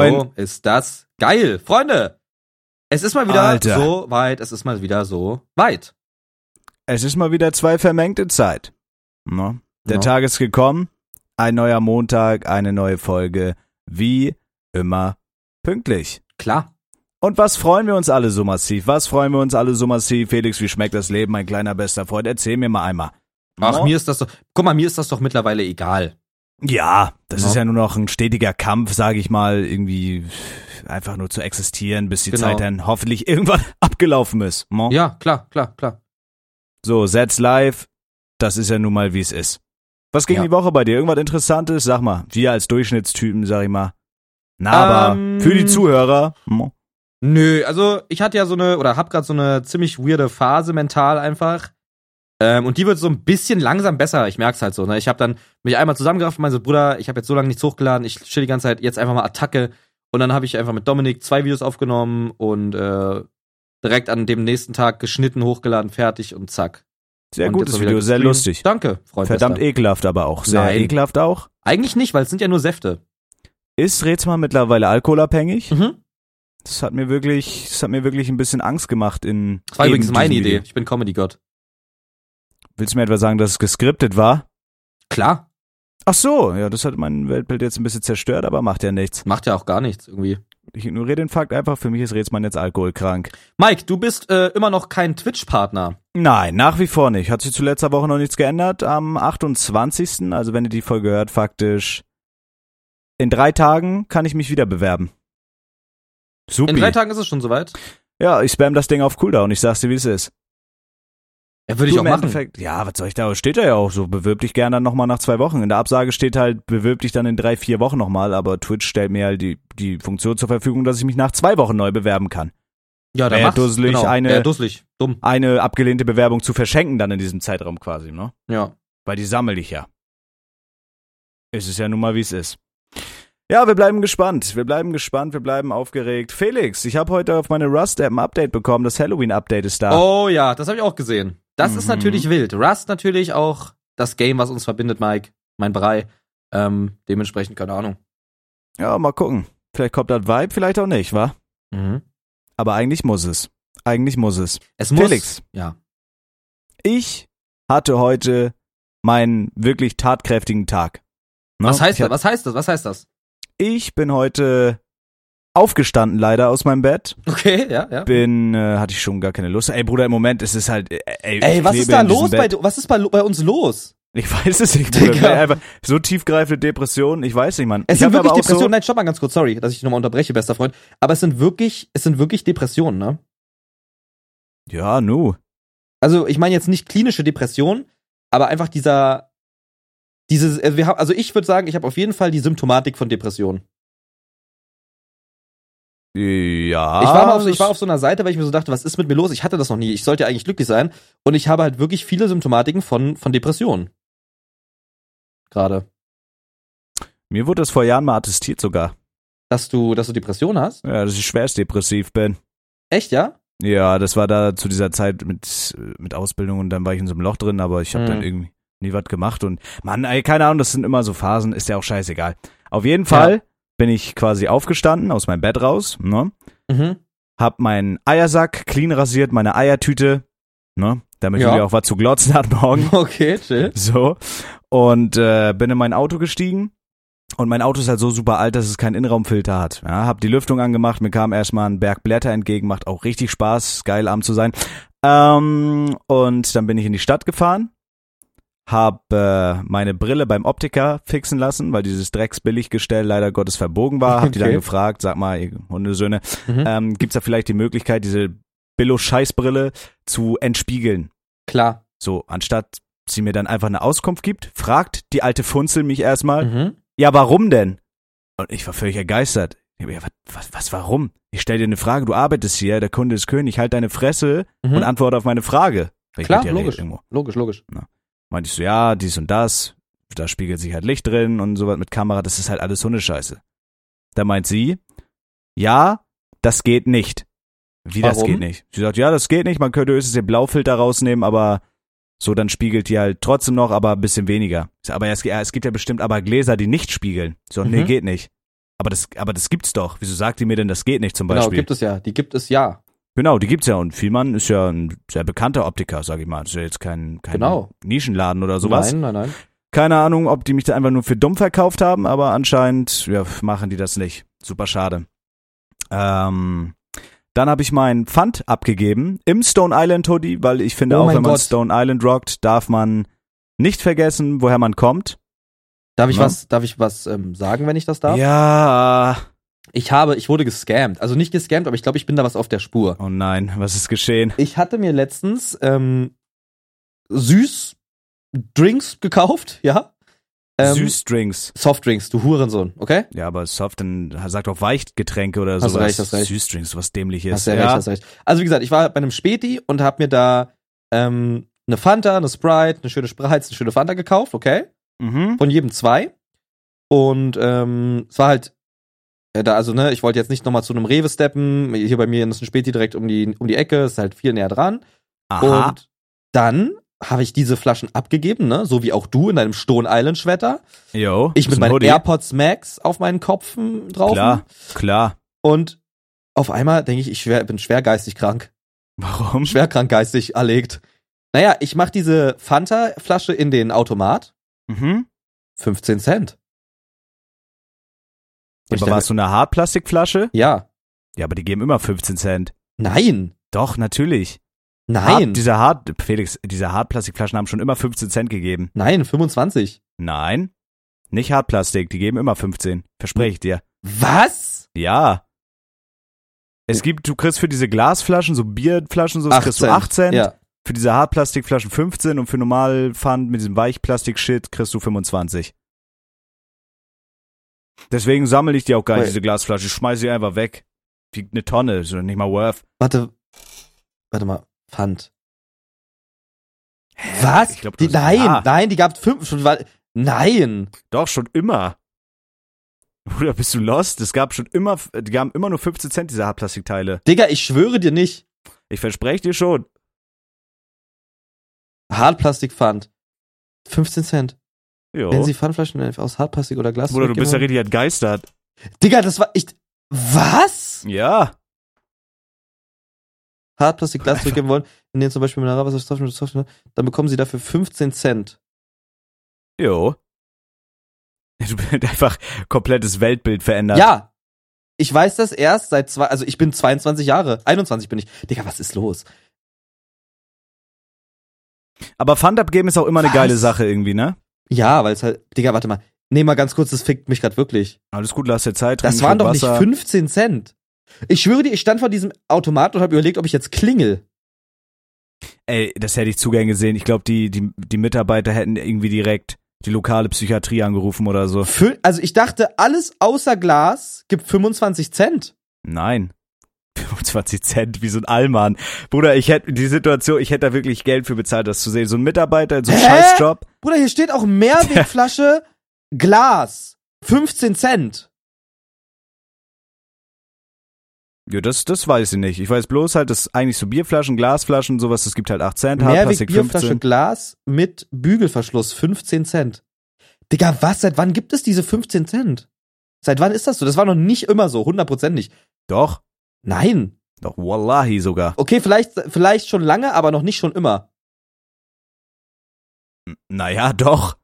Moin. Ist das geil. Freunde, es ist mal wieder Alter. so weit, es ist mal wieder so weit. Es ist mal wieder 2 vermengte Zeit. No. Der No. Tag ist gekommen, ein neuer Montag, eine neue Folge, wie immer pünktlich. Klar. Und was freuen wir uns alle so massiv? Felix, wie schmeckt das Leben, mein kleiner bester Freund? Erzähl mir mal einmal. Ach, No? mir ist das doch, guck mal, mir ist das doch mittlerweile egal. Ja, das No. ist ja nur noch ein stetiger Kampf, sage ich mal, irgendwie einfach nur zu existieren, bis die Genau. Zeit dann hoffentlich irgendwann abgelaufen ist. No? Ja, klar. So, Setz live, das ist ja nun mal, wie es ist. Was ging Ja. die Woche bei dir? Irgendwas Interessantes? Sag mal, wir als Durchschnittstypen, sag ich mal, nahbar für die Zuhörer. Nö, also ich hatte ja hab grad so eine ziemlich weirde Phase mental einfach. Und die wird so ein bisschen langsam besser, ich merk's halt so, ne? Ich hab dann mich einmal zusammengerafft und meinte so, Bruder, ich hab jetzt so lange nichts hochgeladen, ich chill die ganze Zeit, jetzt einfach mal Attacke. Und dann habe ich einfach mit Dominik 2 Videos aufgenommen und direkt an dem nächsten Tag geschnitten, hochgeladen, fertig und zack. Sehr Und gutes jetzt mal wieder Video, sehr gestreamt. lustig. Danke, Freund. Verdammt Bester. ekelhaft aber auch. Sehr Nein. ekelhaft auch. Eigentlich nicht, weil es sind ja nur Säfte. Ist Rätsmann mittlerweile alkoholabhängig? Mhm. Das hat mir wirklich ein bisschen Angst gemacht in Das war eben übrigens meine diesem Idee. Video. Ich bin Comedy-Gott. Willst du mir etwa sagen, dass es geskriptet war? Klar, Ach so, ja, das hat mein Weltbild jetzt ein bisschen zerstört, aber macht ja nichts. macht ja auch gar nichts irgendwie. Ich ignoriere den Fakt einfach, für mich ist Rätsmann jetzt alkoholkrank. Mike, du bist immer noch kein Twitch-Partner. Nein, nach wie vor nicht. Hat sich zu letzter Woche noch nichts geändert. Am 28., also wenn ihr die Folge hört, faktisch in 3 Tagen kann ich mich wieder bewerben. Supi. In 3 Tagen ist es schon soweit. Ja, ich spam das Ding auf Cooldown. Ich sag's dir, wie es ist. Ja, würde ich Du, auch im machen. Endeffekt, ja, was soll ich da? Steht da ja auch so. Bewirb dich gerne dann nochmal nach 2 Wochen. In der Absage steht halt, bewirb dich dann in 3-4 Wochen nochmal. Aber Twitch stellt mir halt die Funktion zur Verfügung, dass ich mich nach 2 Wochen neu bewerben kann. Ja, dann Wär mach's. dusselig, Genau. eine- Dusselig. Dumm. Eine abgelehnte Bewerbung zu verschenken dann in diesem Zeitraum quasi, ne? Ja. Weil die sammel ich ja. Es ist ja nun mal, wie es ist. Ja, wir bleiben gespannt. Wir bleiben aufgeregt. Felix, ich habe heute auf meine Rust-App ein Update bekommen. Das Halloween-Update ist da. Oh ja, das habe ich auch gesehen. Das ist Mhm. natürlich wild. Rust natürlich auch das Game, was uns verbindet, Mike. Mein Brei. Dementsprechend, keine Ahnung. Ja, mal gucken. Vielleicht kommt das Vibe, vielleicht auch nicht, wa? Mhm. Aber eigentlich muss es. Es muss. Felix. Ja. Ich hatte heute meinen wirklich tatkräftigen Tag. Ne? Was heißt Ich hab- das? Was heißt das? Ich bin heute aufgestanden leider aus meinem Bett. Okay, ja. Hatte ich schon gar keine Lust. Ey, Bruder, im Moment ist es halt, Ey, ich was klebe ist da in diesem los Bett. was ist bei uns los? Ich weiß es nicht, Bruder. Digga. Einfach so tiefgreifende Depressionen, ich weiß nicht, Mann. Es Ich sind hab wirklich aber auch Depressionen. Nein, stopp mal ganz kurz, sorry, dass ich dich nochmal unterbreche, bester Freund. Aber es sind wirklich Depressionen, ne? So, ja, nu. Also, ich meine jetzt nicht klinische Depression, aber einfach ich würde sagen, ich habe auf jeden Fall die Symptomatik von Depression. Ja. Ich war auf so einer Seite, weil ich mir so dachte, was ist mit mir los? Ich hatte das noch nie. Ich sollte ja eigentlich glücklich sein. Und ich habe halt wirklich viele Symptomatiken von Depressionen. Gerade. Mir wurde das vor Jahren mal attestiert sogar. Dass du Depressionen hast? Ja, dass ich schwerst depressiv bin. Echt, ja? Ja, das war da zu dieser Zeit mit Ausbildung und dann war ich in so einem Loch drin, aber ich habe dann irgendwie nie was gemacht und Mann, ey, keine Ahnung, das sind immer so Phasen, ist ja auch scheißegal. Auf jeden Fall bin ich quasi aufgestanden, aus meinem Bett raus, ne? Mhm. Hab meinen Eiersack clean rasiert, meine Eiertüte, ne? Damit ich Ja. wieder auch was zu glotzen hat morgen. Okay, chill. So. Und bin in mein Auto gestiegen. Und mein Auto ist halt so super alt, dass es keinen Innenraumfilter hat. Ja, hab die Lüftung angemacht, mir kam erstmal ein Berg Blätter entgegen, macht auch richtig Spaß, geil abend zu sein. Und dann bin ich in die Stadt gefahren, hab meine Brille beim Optiker fixen lassen, weil dieses Drecksbilliggestell leider Gottes verbogen war. Hab die dann Okay. gefragt, sag mal, ihr Hundesöhne, Mhm. gibt's da vielleicht die Möglichkeit, diese Billo-Scheißbrille zu entspiegeln? Klar. So, anstatt sie mir dann einfach eine Auskunft gibt, fragt die alte Funzel mich erstmal, Mhm. ja, warum denn? Und ich war völlig ergeistert. Ich hab, ja, was, warum? Ich stell dir eine Frage, du arbeitest hier, der Kunde ist König, halt deine Fresse und antworte auf meine Frage. Weil ich Klar, mit dir logisch. rede irgendwo. Logisch. Meinte ich so, ja, dies und das, da spiegelt sich halt Licht drin und sowas mit Kamera, das ist halt alles Hundescheiße. Da meint sie, ja, das geht nicht. Wie das Warum? geht nicht? Sie sagt, ja, das geht nicht, man könnte höchstens den Blaufilter rausnehmen, aber so, dann spiegelt die halt trotzdem noch, aber ein bisschen weniger. Aber es gibt ja bestimmt aber Gläser, die nicht spiegeln. So, nee, Mhm. geht nicht. Aber das gibt's doch. Wieso sagt ihr mir denn, das geht nicht zum Beispiel? Genau, gibt es ja. Die gibt es ja. Genau, die gibt's ja. Und Vielmann ist ja ein sehr bekannter Optiker, sag ich mal. Das ist ja jetzt kein Genau. Nischenladen oder sowas. Nein. Keine Ahnung, ob die mich da einfach nur für dumm verkauft haben, aber anscheinend machen die das nicht. Super schade. Dann habe ich meinen Pfand abgegeben im Stone Island Hoodie, weil ich finde, auch wenn man Stone Island rockt, darf man nicht vergessen, woher man kommt. Darf ich was sagen, wenn ich das darf? Ja. Ich wurde gescammt. Also nicht gescammt, aber ich glaube, ich bin da was auf der Spur. Oh nein, was ist geschehen? Ich hatte mir letztens Süßdrinks gekauft, ja. Süßdrinks. Softdrinks, du Hurensohn, okay? Ja, aber Soft, dann sagt auch Weichgetränke oder hast sowas. Hast recht. Süßdrinks, was dämliches. Hast recht. Also wie gesagt, ich war bei einem Späti und habe mir da eine Fanta, eine Sprite, eine schöne Sprite, eine schöne Fanta gekauft, okay? Mhm. Von jedem 2. Und es war halt ich wollte jetzt nicht nochmal zu einem Rewe steppen. Hier bei mir ist ein Späti direkt um die Ecke, ist halt viel näher dran. Aha. Und dann habe ich diese Flaschen abgegeben, ne? So wie auch du in deinem Stone Island Schwetter. Jo. Ich mit meinen AirPods Max auf meinen Kopf drauf. Klar. Und auf einmal denke ich bin schwer geistig krank. Warum? Schwer krank geistig erlegt. Naja, ich mach diese Fanta-Flasche in den Automat. 15 Cent. Aber war es so eine Hartplastikflasche? Ja. Ja, aber die geben immer 15 Cent. Nein. Doch, natürlich. Nein. Diese Hartplastikflaschen haben schon immer 15 Cent gegeben. Nein, 25. Nein. Nicht Hartplastik, die geben immer 15. Verspreche ich dir. Was? Ja. Du kriegst für diese Glasflaschen, so Bierflaschen, so, kriegst du 8 Cent. Ja. Für diese Hartplastikflaschen 15 und für Normalpfand mit diesem Weichplastik-Shit kriegst du 25. Deswegen sammle ich die auch gar nicht, diese Glasflasche. Ich schmeiße sie einfach weg. Wiegt eine Tonne, ist nicht mal worth. Warte mal, Pfand. Was? Ich glaub, nein, die gab 5 schon. Nein. Doch, schon immer. Oder bist du lost? Die gaben immer nur 15 Cent, diese Hartplastikteile. Digga, ich schwöre dir nicht. Ich verspreche dir schon. Hartplastikpfand. 15 Cent. Jo. Wenn sie Pfandflaschen aus Hartplastik oder Glas Bruder, du bist ja richtig entgeistert. Digga, das war echt. Was? Ja. Hartplastik, Glas zurückgeben wollen, in denen zum Beispiel Mineralwasser, dann bekommen sie dafür 15 Cent. Jo. Du bist einfach komplettes Weltbild verändert. Ja. Ich weiß das erst ich bin 22 Jahre. 21 bin ich. Digga, was ist los? Aber Pfand abgeben ist auch immer eine geile Sache irgendwie, ne? Ja, weil es halt, Digga, warte mal. Nee, mal ganz kurz, das fickt mich gerade wirklich. Alles gut, lass dir Zeit. Das waren doch nicht 15 Cent. Ich schwöre dir, ich stand vor diesem Automat und habe überlegt, ob ich jetzt klingel. Ey, das hätte ich zu gern gesehen. Ich glaube, die Mitarbeiter hätten irgendwie direkt die lokale Psychiatrie angerufen oder so. Also ich dachte, alles außer Glas gibt 25 Cent. Nein. 25 Cent, wie so ein Allmann. Bruder, ich hätte da wirklich Geld für bezahlt, das zu sehen. So ein Mitarbeiter in so einem Scheißjob. Bruder, hier steht auch Mehrwegflasche, Glas. 15 Cent. Ja, das weiß ich nicht. Ich weiß bloß halt, dass eigentlich so Bierflaschen, Glasflaschen, sowas, das gibt halt 8 Cent, Hartplastik 15. Bierflasche Glas mit Bügelverschluss, 15 Cent. Digga, was? Seit wann gibt es diese 15 Cent? Seit wann ist das so? Das war noch nicht immer so, 100% nicht. Doch. Nein. Doch, wallahi sogar. Okay, vielleicht schon lange, aber noch nicht schon immer. Naja, doch.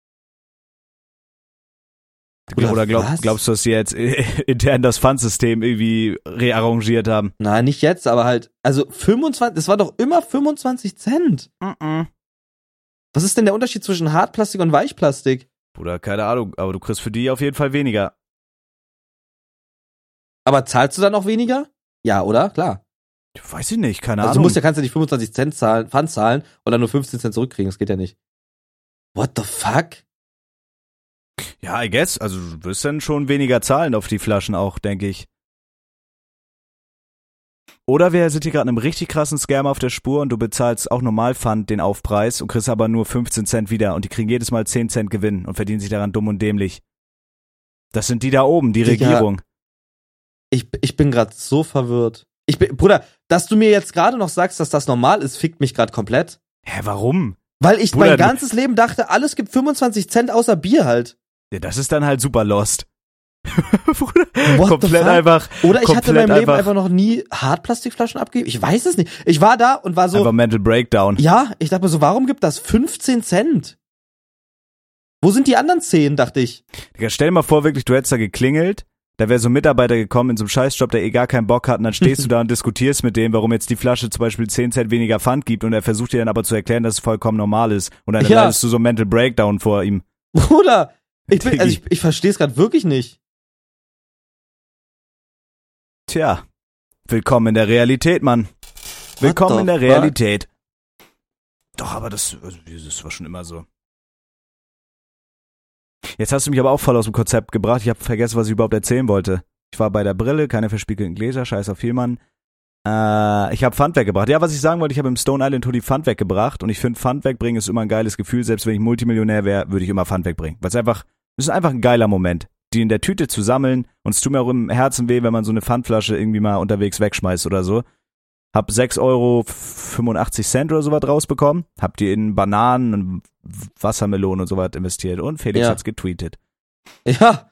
Oder glaubst du, dass sie jetzt intern das Pfandsystem irgendwie rearrangiert haben? Na, nicht jetzt, aber halt, also 25, das war doch immer 25 Cent. Was ist denn der Unterschied zwischen Hartplastik und Weichplastik? Bruder, keine Ahnung, aber du kriegst für die auf jeden Fall weniger. Aber zahlst du dann auch weniger? Ja, oder? Klar. Weiß ich nicht, keine Ahnung. Also kannst ja nicht 25 Cent Pfand zahlen und dann nur 15 Cent zurückkriegen, das geht ja nicht. What the fuck? Ja, I guess, also du wirst dann schon weniger zahlen auf die Flaschen auch, denke ich. Oder wir sind hier gerade einem richtig krassen Scam auf der Spur und du bezahlst auch Normalpfand den Aufpreis und kriegst aber nur 15 Cent wieder und die kriegen jedes Mal 10 Cent Gewinn und verdienen sich daran dumm und dämlich. Das sind die da oben, die Regierung. Ich bin gerade so verwirrt. Bruder, dass du mir jetzt gerade noch sagst, dass das normal ist, fickt mich gerade komplett. Hä, warum? Weil ich mein ganzes Leben dachte, alles gibt 25 Cent außer Bier halt. Ja, das ist dann halt super lost. Bruder, What the komplett fuck? einfach. Oder ich hatte in meinem Leben einfach einfach noch nie Hartplastikflaschen abgegeben. Ich weiß es nicht. Ich war da und war so, einfach Mental Breakdown. ja, ich dachte mir so, warum gibt das 15 Cent? Wo sind die anderen 10, dachte ich. Digga, stell dir mal vor, wirklich, du hättest da geklingelt, da wäre so ein Mitarbeiter gekommen in so einem Scheißjob, der gar keinen Bock hat, und dann stehst du da und diskutierst mit dem, warum jetzt die Flasche zum Beispiel 10 Cent weniger Pfand gibt, und er versucht dir dann aber zu erklären, dass es vollkommen normal ist. Und dann leidest du so Mental Breakdown vor ihm. Bruder, ich verstehe es gerade wirklich nicht. Tja, willkommen in der Realität, Mann. Willkommen in der Realität. Doch, aber das war schon immer so. Jetzt hast du mich aber auch voll aus dem Konzept gebracht. Ich habe vergessen, was ich überhaupt erzählen wollte. Ich war bei der Brille, keine verspiegelten Gläser, scheiß auf Vielmann. Ich habe Pfand weggebracht. Ja, was ich sagen wollte, ich habe im Stone Island Hoodie Pfand weggebracht, und ich finde, Pfand wegbringen ist immer ein geiles Gefühl. Selbst wenn ich Multimillionär wäre, würde ich immer Pfand wegbringen. Weil es ist einfach ein geiler Moment, die in der Tüte zu sammeln, und es tut mir auch im Herzen weh, wenn man so eine Pfandflasche irgendwie mal unterwegs wegschmeißt oder so. Hab 6,85 € oder sowas rausbekommen, hab die in Bananen und Wassermelonen und sowas investiert, und Felix hat's getweetet. Ja.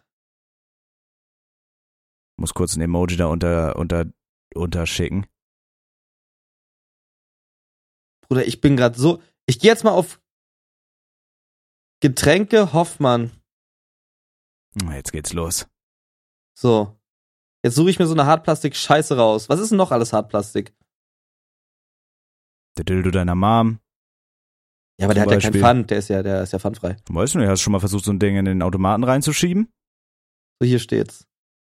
Muss kurz ein Emoji da unterschicken. Bruder, ich bin gerade so, ich gehe jetzt mal auf Getränke Hoffmann. Jetzt geht's los. So. Jetzt suche ich mir so eine Hartplastik-Scheiße raus. Was ist denn noch alles Hartplastik? Der Dildo deiner Mom. Ja, aber der hat ja keinen Pfand, der ist ja pfandfrei. Weißt du nicht, hast du schon mal versucht, so ein Ding in den Automaten reinzuschieben? So, hier steht's.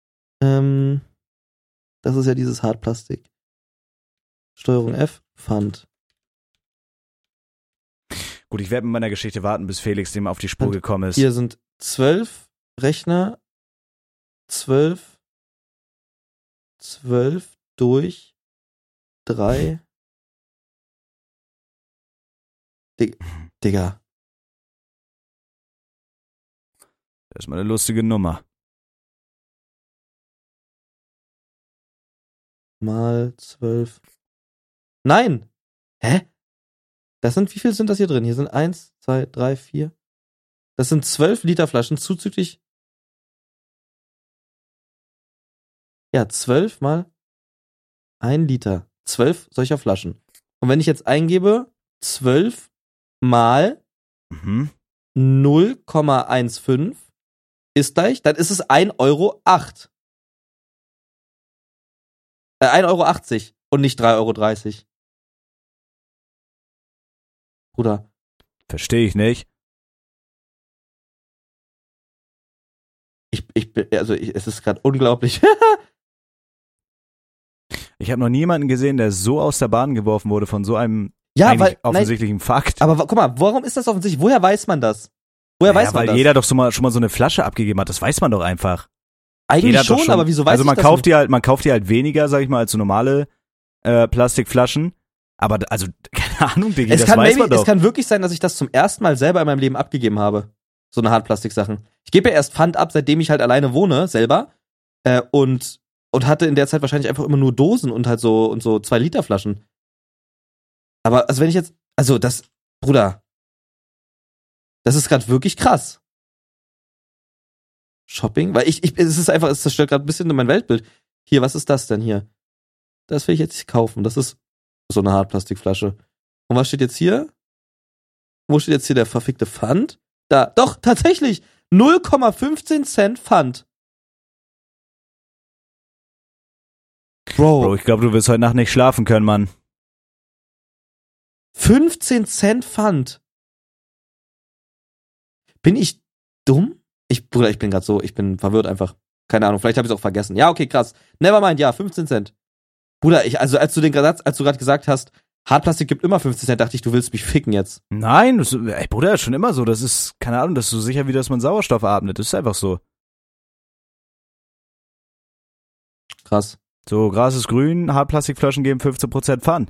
Das ist ja dieses Hartplastik. Steuerung F, Pfand. Gut, ich werde mit meiner Geschichte warten, bis Felix dem auf die Spur gekommen ist. Hier sind 12 Rechner, 12 durch 3. Digga. Das ist mal eine lustige Nummer. Mal 12. Nein! Hä? Wie viel sind das hier drin? Hier sind 1, 2, 3, 4. Das sind 12 Liter Flaschen zuzüglich. Ja, 12 mal 1 Liter. 12 solcher Flaschen. Und wenn ich jetzt eingebe, 12 mal 0,15 ist gleich, dann ist es 1,08 €. 1,80 € und nicht 3,30 €. Bruder. Verstehe ich nicht. Es ist gerade unglaublich. Ich habe noch niemanden gesehen, der so aus der Bahn geworfen wurde von so einem offensichtlichen Fakt. Aber guck mal, warum ist das offensichtlich? Woher weiß man das? Woher weiß man das? Weil jeder doch schon mal so eine Flasche abgegeben hat. Das weiß man doch einfach. Eigentlich schon, aber wieso weiß also ich das? Also man kauft die halt weniger, sag ich mal, als so normale Plastikflaschen. Aber also, keine Ahnung, Diggi, das weiß man doch. Es kann wirklich sein, dass ich das zum ersten Mal selber in meinem Leben abgegeben habe. So eine Hartplastiksachen. Ich gebe ja erst Pfand ab, seitdem ich halt alleine wohne, selber. Und hatte in der Zeit wahrscheinlich einfach immer nur Dosen und halt so 2 Liter Flaschen. Aber also wenn ich jetzt, Bruder, das ist gerade wirklich krass. Shopping, weil es zerstört gerade ein bisschen mein Weltbild. Hier, was ist das denn hier? Das will ich jetzt nicht kaufen. Das ist so eine Hartplastikflasche. Und was steht jetzt hier? Wo steht jetzt hier der verfickte Pfand? Da, doch, tatsächlich 0,15 Cent Pfand. Bro, ich glaube, du wirst heute Nacht nicht schlafen können, Mann. 15 Cent Pfand. Bin ich dumm? Bruder, ich bin verwirrt einfach. Keine Ahnung, vielleicht habe ich es auch vergessen. Ja, okay, krass. Nevermind, ja, 15 Cent. Bruder, als du gerade gesagt hast, Hartplastik gibt immer 15 Cent, dachte ich, du willst mich ficken jetzt. Nein, Bruder, ist schon immer so. Das ist, keine Ahnung, das ist so sicher, wie dass man Sauerstoff atmet. Das ist einfach so. Krass. So, Gras ist grün, Hartplastikflaschen geben 15% Pfand.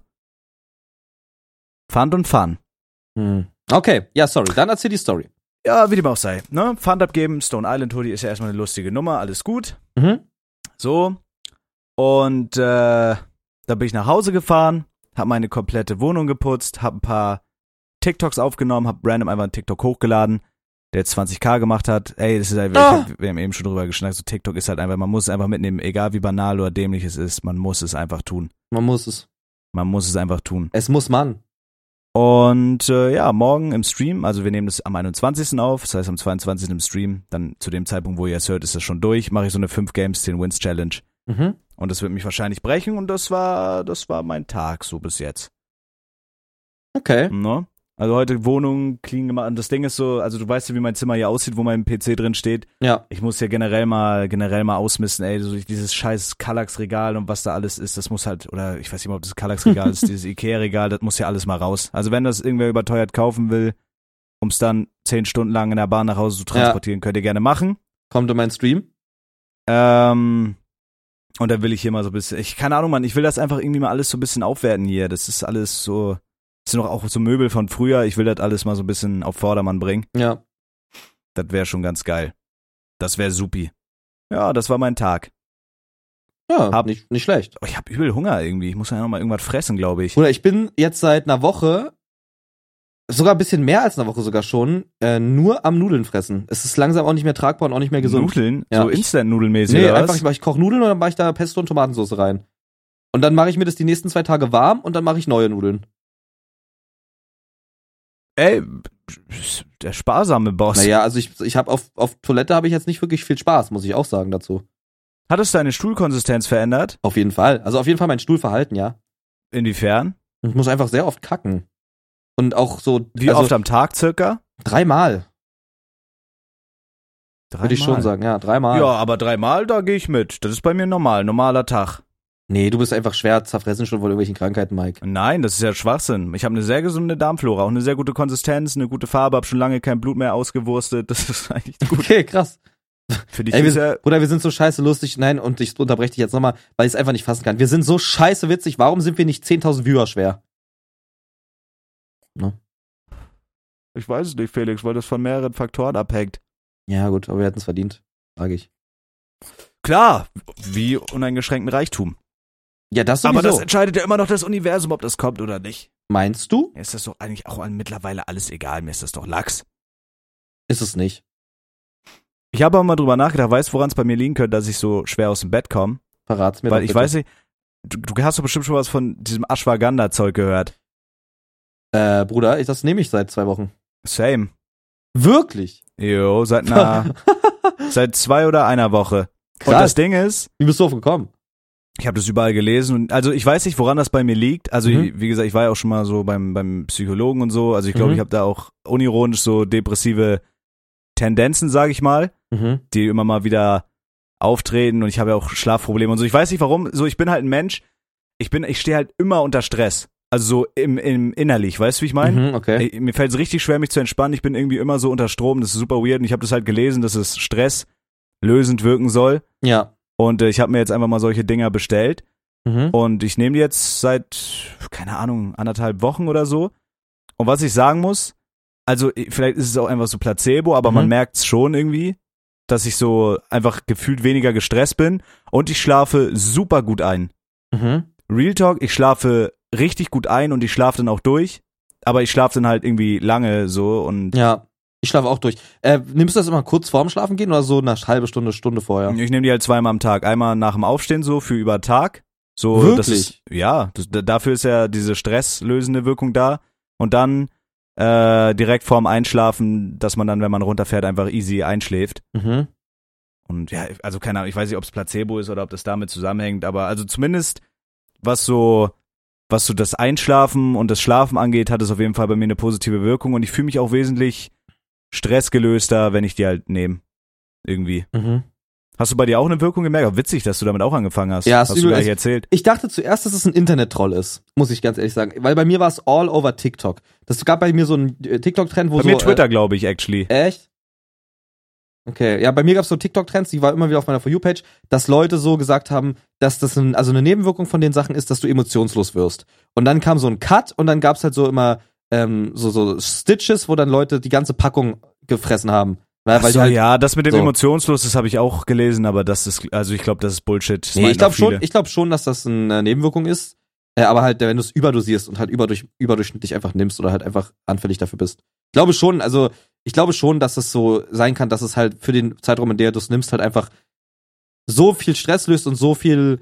Pfand und Fun. Okay, ja, sorry. Dann erzähl die Story. Ja, wie dem auch sei. Ne? Pfand abgeben, Stone Island Hoodie ist ja erstmal eine lustige Nummer, alles gut. So. Und da bin ich nach Hause gefahren, hab meine komplette Wohnung geputzt, hab ein paar TikToks aufgenommen, hab random einfach einen TikTok hochgeladen. der jetzt 20.000 gemacht hat. Ey, das ist halt, wir haben eben schon drüber geschnackt, so TikTok ist halt einfach, man muss es einfach mitnehmen, egal wie banal oder dämlich es ist, man muss es einfach tun. Man muss es. Man muss es einfach tun. Es muss man. Und ja, morgen im Stream, also wir nehmen das am 21. auf, das heißt am 22. im Stream, dann zu dem Zeitpunkt, wo ihr es hört, ist das schon durch, mache ich so eine 5 Games 10 Wins Challenge. Und das wird mich wahrscheinlich brechen und das war mein Tag so bis jetzt. Okay. No? Also heute Wohnung clean gemacht. Und das Ding ist so, also du weißt ja, wie mein Zimmer hier aussieht, wo mein PC drin steht. Ja. Ich muss ja generell mal ausmisten, ey, so dieses scheiß Kallax-Regal und was da alles ist, das muss halt, oder ich weiß nicht mal, ob das Kallax-Regal ist, dieses Ikea-Regal, das muss ja alles mal raus. Also wenn das irgendwer überteuert kaufen will, um es dann 10 Stunden lang in der Bahn nach Hause zu transportieren, könnt ihr gerne machen. Kommt in meinen Stream. Und dann will ich hier mal so ein bisschen, keine Ahnung, Mann, ich will das einfach irgendwie mal alles so ein bisschen aufwerten hier. Das ist alles so, das sind doch auch so Möbel von früher. Ich will das alles mal so ein bisschen auf Vordermann bringen. Ja. Das wäre schon ganz geil. Das wäre supi. Ja, das war mein Tag. Ja, nicht schlecht. Oh, ich habe übel Hunger irgendwie. Ich muss ja noch mal irgendwas fressen, glaube ich. Oder ich bin jetzt seit einer Woche, sogar ein bisschen mehr als einer Woche sogar schon, nur am Nudeln fressen. Es ist langsam auch nicht mehr tragbar und auch nicht mehr gesund. Nudeln? Ja, so Instant-Nudelmäßig, nee, oder einfach, was? ich koche Nudeln und dann mache ich da Pesto und Tomatensauce rein. Und dann mache ich mir das die nächsten 2 Tage warm und dann mache ich neue Nudeln. Ey, der sparsame Boss. Naja, also ich habe auf Toilette habe ich jetzt nicht wirklich viel Spaß, muss ich auch sagen dazu. Hat es deine Stuhlkonsistenz verändert? Auf jeden Fall. Also auf jeden Fall mein Stuhlverhalten, ja. Inwiefern? Ich muss einfach sehr oft kacken. Und auch so. Wie oft am Tag circa? 3-mal. 3 Würde ich schon sagen, ja, 3-mal. Ja, aber 3-mal, da gehe ich mit. Das ist bei mir normaler Tag. Nee, du bist einfach schwer zerfressen schon von irgendwelchen Krankheiten, Mike. Nein, das ist ja Schwachsinn. Ich habe eine sehr gesunde Darmflora, auch eine sehr gute Konsistenz, eine gute Farbe, hab schon lange kein Blut mehr ausgewurstet. Das ist eigentlich gut. Okay, krass. Für dich Ey, ist ja Bruder, wir sind so scheiße lustig. Nein, und ich unterbreche dich jetzt nochmal, weil ich es einfach nicht fassen kann. Wir sind so scheiße witzig. Warum sind wir nicht 10.000 Viewer schwer? No? Ich weiß es nicht, Felix, weil das von mehreren Faktoren abhängt. Ja, gut, aber wir hätten es verdient, sage ich. Klar, wie uneingeschränkten Reichtum. Ja, das sowieso. Aber das entscheidet ja immer noch das Universum, ob das kommt oder nicht. Meinst du? Mir ist das doch eigentlich auch mittlerweile alles egal. Mir ist das doch Lachs. Ist es nicht. Ich habe aber mal drüber nachgedacht, weißt du, woran es bei mir liegen könnte, dass ich so schwer aus dem Bett komme? Verrat's mir Weil doch ich bitte. weiß nicht, du hast doch bestimmt schon was von diesem Ashwagandha-Zeug gehört. Bruder, das nehme ich seit 2 Wochen. Same. Wirklich? Jo, seit 2 oder einer Woche. Krass. Und das Ding ist, Wie bist du drauf gekommen? ich habe das überall gelesen und also ich weiß nicht, woran das bei mir liegt. Also wie gesagt, ich war ja auch schon mal so beim Psychologen und so. Also ich glaube, ich habe da auch unironisch so depressive Tendenzen, sage ich mal, die immer mal wieder auftreten und ich habe ja auch Schlafprobleme und so. Ich weiß nicht warum, so ich bin halt ein Mensch, ich stehe halt immer unter Stress. Also so im innerlich, weißt du, wie ich meine? Okay. Mir fällt es richtig schwer, mich zu entspannen. Ich bin irgendwie immer so unter Strom, das ist super weird und ich habe das halt gelesen, dass es stresslösend wirken soll. Ja. Und ich habe mir jetzt einfach mal solche Dinger bestellt. Mhm. Und ich nehme die jetzt seit, keine Ahnung, 1,5 Wochen oder so. Und was ich sagen muss, also vielleicht ist es auch einfach so Placebo, aber man merkt es schon irgendwie, dass ich so einfach gefühlt weniger gestresst bin. Und ich schlafe super gut ein. Real Talk, ich schlafe richtig gut ein und ich schlafe dann auch durch. Aber ich schlafe dann halt irgendwie lange so und Ja. Ich schlafe auch durch. Nimmst du das immer kurz vorm Schlafen gehen oder so eine halbe Stunde vorher? ich nehme die halt 2-mal am Tag. Einmal nach dem Aufstehen so für über Tag. So, Wirklich? Das ist, ja, dafür ist ja diese stresslösende Wirkung da. Und dann direkt vorm Einschlafen, dass man dann, wenn man runterfährt, einfach easy einschläft. Und ja, also keine Ahnung, ich weiß nicht, ob es Placebo ist oder ob das damit zusammenhängt, aber also zumindest was so das Einschlafen und das Schlafen angeht, hat es auf jeden Fall bei mir eine positive Wirkung und ich fühle mich auch wesentlich stressgelöster, wenn ich die halt nehme. Irgendwie. Hast du bei dir auch eine Wirkung gemerkt? Aber witzig, dass du damit auch angefangen hast. Ja, hast du gleich erzählt. Ich dachte zuerst, dass es ein Internet-Troll ist, muss ich ganz ehrlich sagen. Weil bei mir war es all over TikTok. Das gab bei mir so einen TikTok-Trend, wo bei so... Bei mir Twitter, glaube ich, actually. Echt? Okay, ja, bei mir gab es so TikTok-Trends, die war immer wieder auf meiner For You-Page, dass Leute so gesagt haben, dass das eine Nebenwirkung von den Sachen ist, dass du emotionslos wirst. Und dann kam so ein Cut und dann gab's halt so immer so Stitches, wo dann Leute die ganze Packung gefressen haben. Weil Ach so, halt, ja, das mit dem so. Emotionslos, das habe ich auch gelesen, aber das ist, also ich glaube, das ist Bullshit. Das Nee, meinen ich glaube schon, dass das eine Nebenwirkung ist. Aber halt, wenn du es überdosierst und halt überdurchschnittlich einfach nimmst oder halt einfach anfällig dafür bist. Ich glaube schon, also ich glaube schon, dass es so sein kann, dass es halt für den Zeitraum, in der du es nimmst, halt einfach so viel Stress löst und so viel